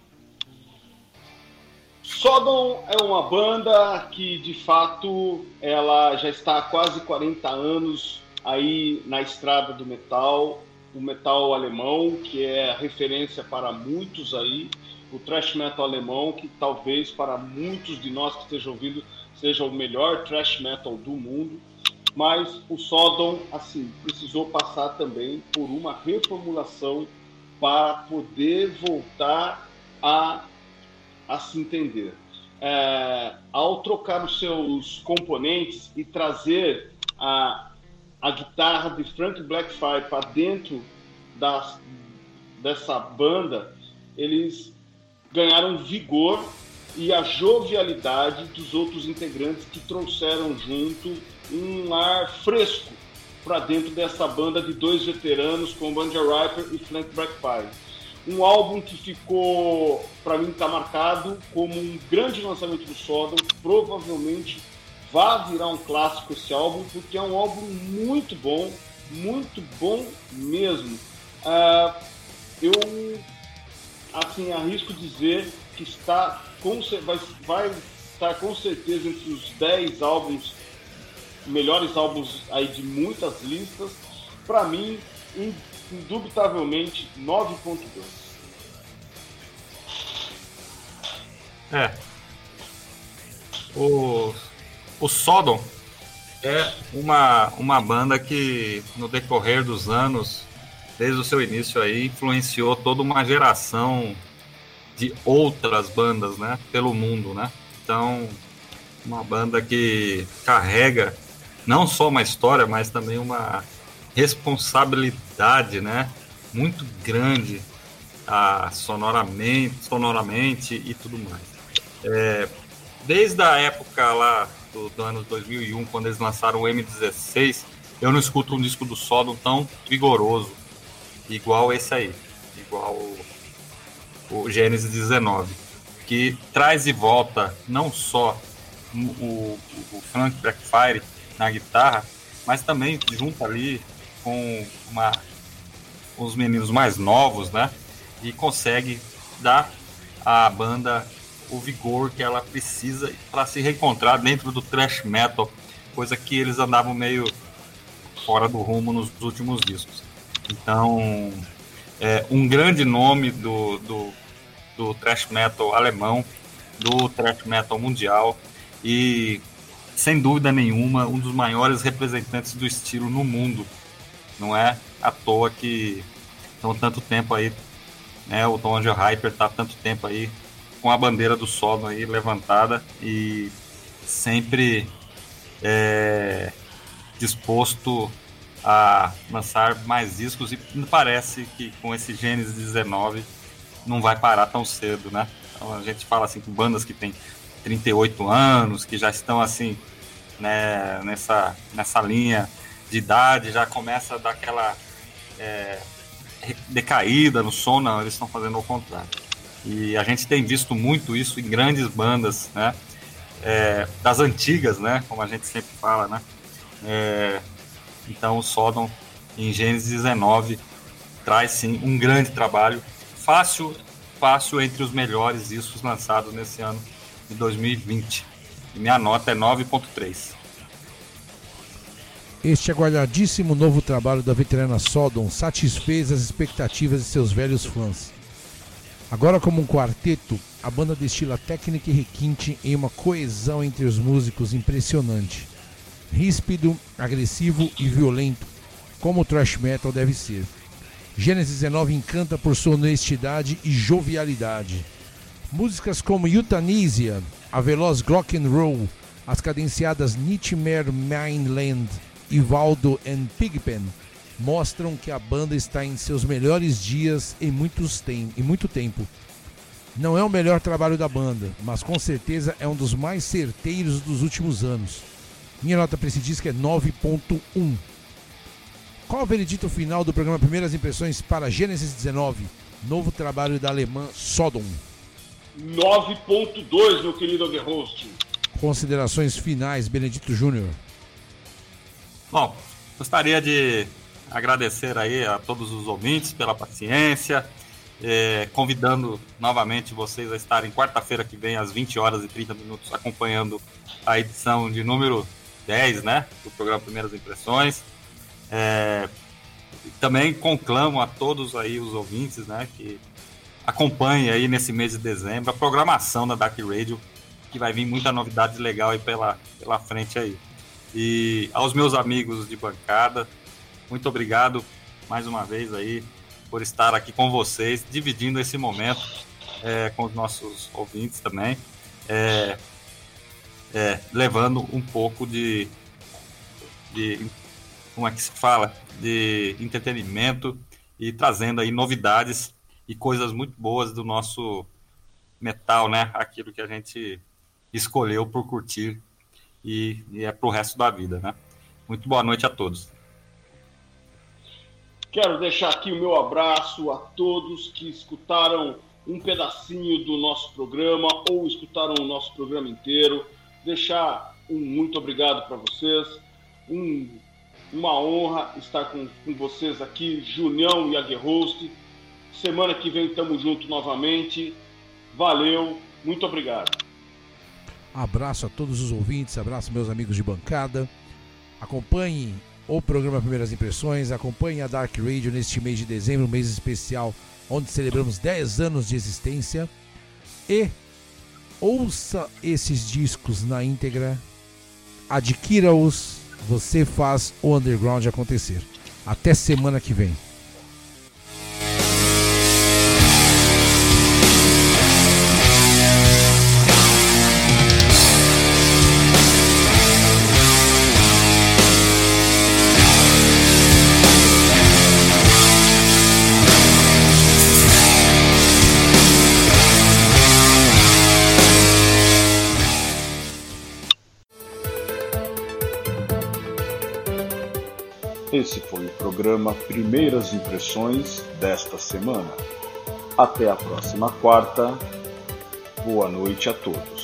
Sodom é uma banda que, de fato, ela já está há quase quarenta anos aí na estrada do metal, o metal alemão, que é referência para muitos aí, o thrash metal alemão, que talvez para muitos de nós que estejam ouvindo seja o melhor thrash metal do mundo. Mas o Sodom, assim, precisou passar também por uma reformulação para poder voltar a, a se entender. É, ao trocar os seus componentes e trazer a, a guitarra de Frank Blackfire para dentro das, dessa banda, eles ganharam vigor e a jovialidade dos outros integrantes que trouxeram junto um ar fresco para dentro dessa banda de dois veteranos como Banjo Riper e Frank Blackfire. Um álbum que ficou, para mim, está marcado como um grande lançamento do Sodom. Provavelmente vai virar um clássico esse álbum, porque é um álbum muito bom, muito bom mesmo. Uh, eu, assim, arrisco dizer que está com, vai, vai estar com certeza entre os dez álbuns melhores álbuns aí de muitas listas. Para mim, indubitavelmente, nove ponto dois. É. O, o Sodom é uma, uma banda que, no decorrer dos anos, desde o seu início aí, influenciou toda uma geração de outras bandas, né, pelo mundo, né? Então, uma banda que carrega não só uma história, mas também uma responsabilidade, né, muito grande, ah, sonoramente, sonoramente e tudo mais. É, desde a época lá do, do ano dois mil e um, quando eles lançaram o M dezesseis, eu não escuto um disco do Sodom tão vigoroso, igual esse aí, igual o, o Gênesis dezenove, que traz de volta não só o, o Frank Blackfire na guitarra, mas também junto ali com uma, os meninos mais novos, né? E consegue dar à banda o vigor que ela precisa para se reencontrar dentro do thrash metal, coisa que eles andavam meio fora do rumo nos últimos discos. Então, é um grande nome do, do, do thrash metal alemão, do thrash metal mundial, e sem dúvida nenhuma um dos maiores representantes do estilo no mundo. Não é à toa que estão tanto tempo aí, né, o Tom Angel Hyper está tanto tempo aí com a bandeira do Sodom aí levantada e sempre é, disposto a lançar mais discos, e parece que com esse Gênesis dezenove não vai parar tão cedo, né? Então a gente fala assim com bandas que tem trinta e oito anos, que já estão assim, né, nessa, nessa linha de idade, já começa a dar aquela é, decaída no som. Não, eles estão fazendo ao contrário. E a gente tem visto muito isso em grandes bandas, né? É, das antigas, né? Como a gente sempre fala, né? É, então o Sodom em Gênesis dezenove traz sim um grande trabalho, fácil, fácil entre os melhores discos lançados nesse ano de dois mil e vinte. E minha nota é nove ponto três. Este aguardadíssimo novo trabalho da veterana Sodom satisfez as expectativas de seus velhos fãs. Agora, como um quarteto, a banda destila técnica e requinte em uma coesão entre os músicos impressionante. Ríspido, agressivo e violento, como o thrash metal deve ser. Gênesis dezenove encanta por sua honestidade e jovialidade. Músicas como Euthanasia, a veloz Glock and Roll, as cadenciadas Nightmare Mainland e Valdo and Pigpen mostram que a banda está em seus melhores dias em, muitos tem, em muito tempo. Não é o melhor trabalho da banda, mas com certeza é um dos mais certeiros dos últimos anos. Minha nota para esse disco é nove ponto um. Qual o veredito final do programa Primeiras Impressões para Gênesis dezenove, novo trabalho da alemã Sodom? nove ponto dois, meu querido Aguerhost. Considerações finais, Benedito Júnior. Bom, gostaria de agradecer aí a todos os ouvintes pela paciência, eh, convidando novamente vocês a estarem quarta-feira que vem às vinte horas e trinta minutos acompanhando a edição de número dez, né, do programa Primeiras Impressões. É, também conclamo a todos aí os ouvintes, né, que acompanhem aí nesse mês de dezembro a programação da Dark Radio, que vai vir muita novidade legal aí pela, pela frente aí. E aos meus amigos de bancada, muito obrigado mais uma vez aí por estar aqui com vocês, dividindo esse momento é, com os nossos ouvintes também, é, é, levando um pouco de, de, como é que se fala, de entretenimento e trazendo aí novidades e coisas muito boas do nosso metal, né? Aquilo que a gente escolheu por curtir e, e é pro resto da vida, né? Muito boa noite a todos. Quero deixar aqui o meu abraço a todos que escutaram um pedacinho do nosso programa ou escutaram o nosso programa inteiro. Deixar um muito obrigado para vocês. Um, uma honra estar com, com vocês aqui, Junião e Aguerhost. Semana que vem estamos juntos novamente. Valeu, muito obrigado. Abraço a todos os ouvintes, abraço meus amigos de bancada. Acompanhem o programa Primeiras Impressões, acompanhem a Dark Radio neste mês de dezembro, um mês especial onde celebramos dez anos de existência. E ouça esses discos na íntegra, adquira-os, você faz o underground acontecer. Até semana que vem. Esse foi o programa Primeiras Impressões desta semana. Até a próxima quarta. Boa noite a todos.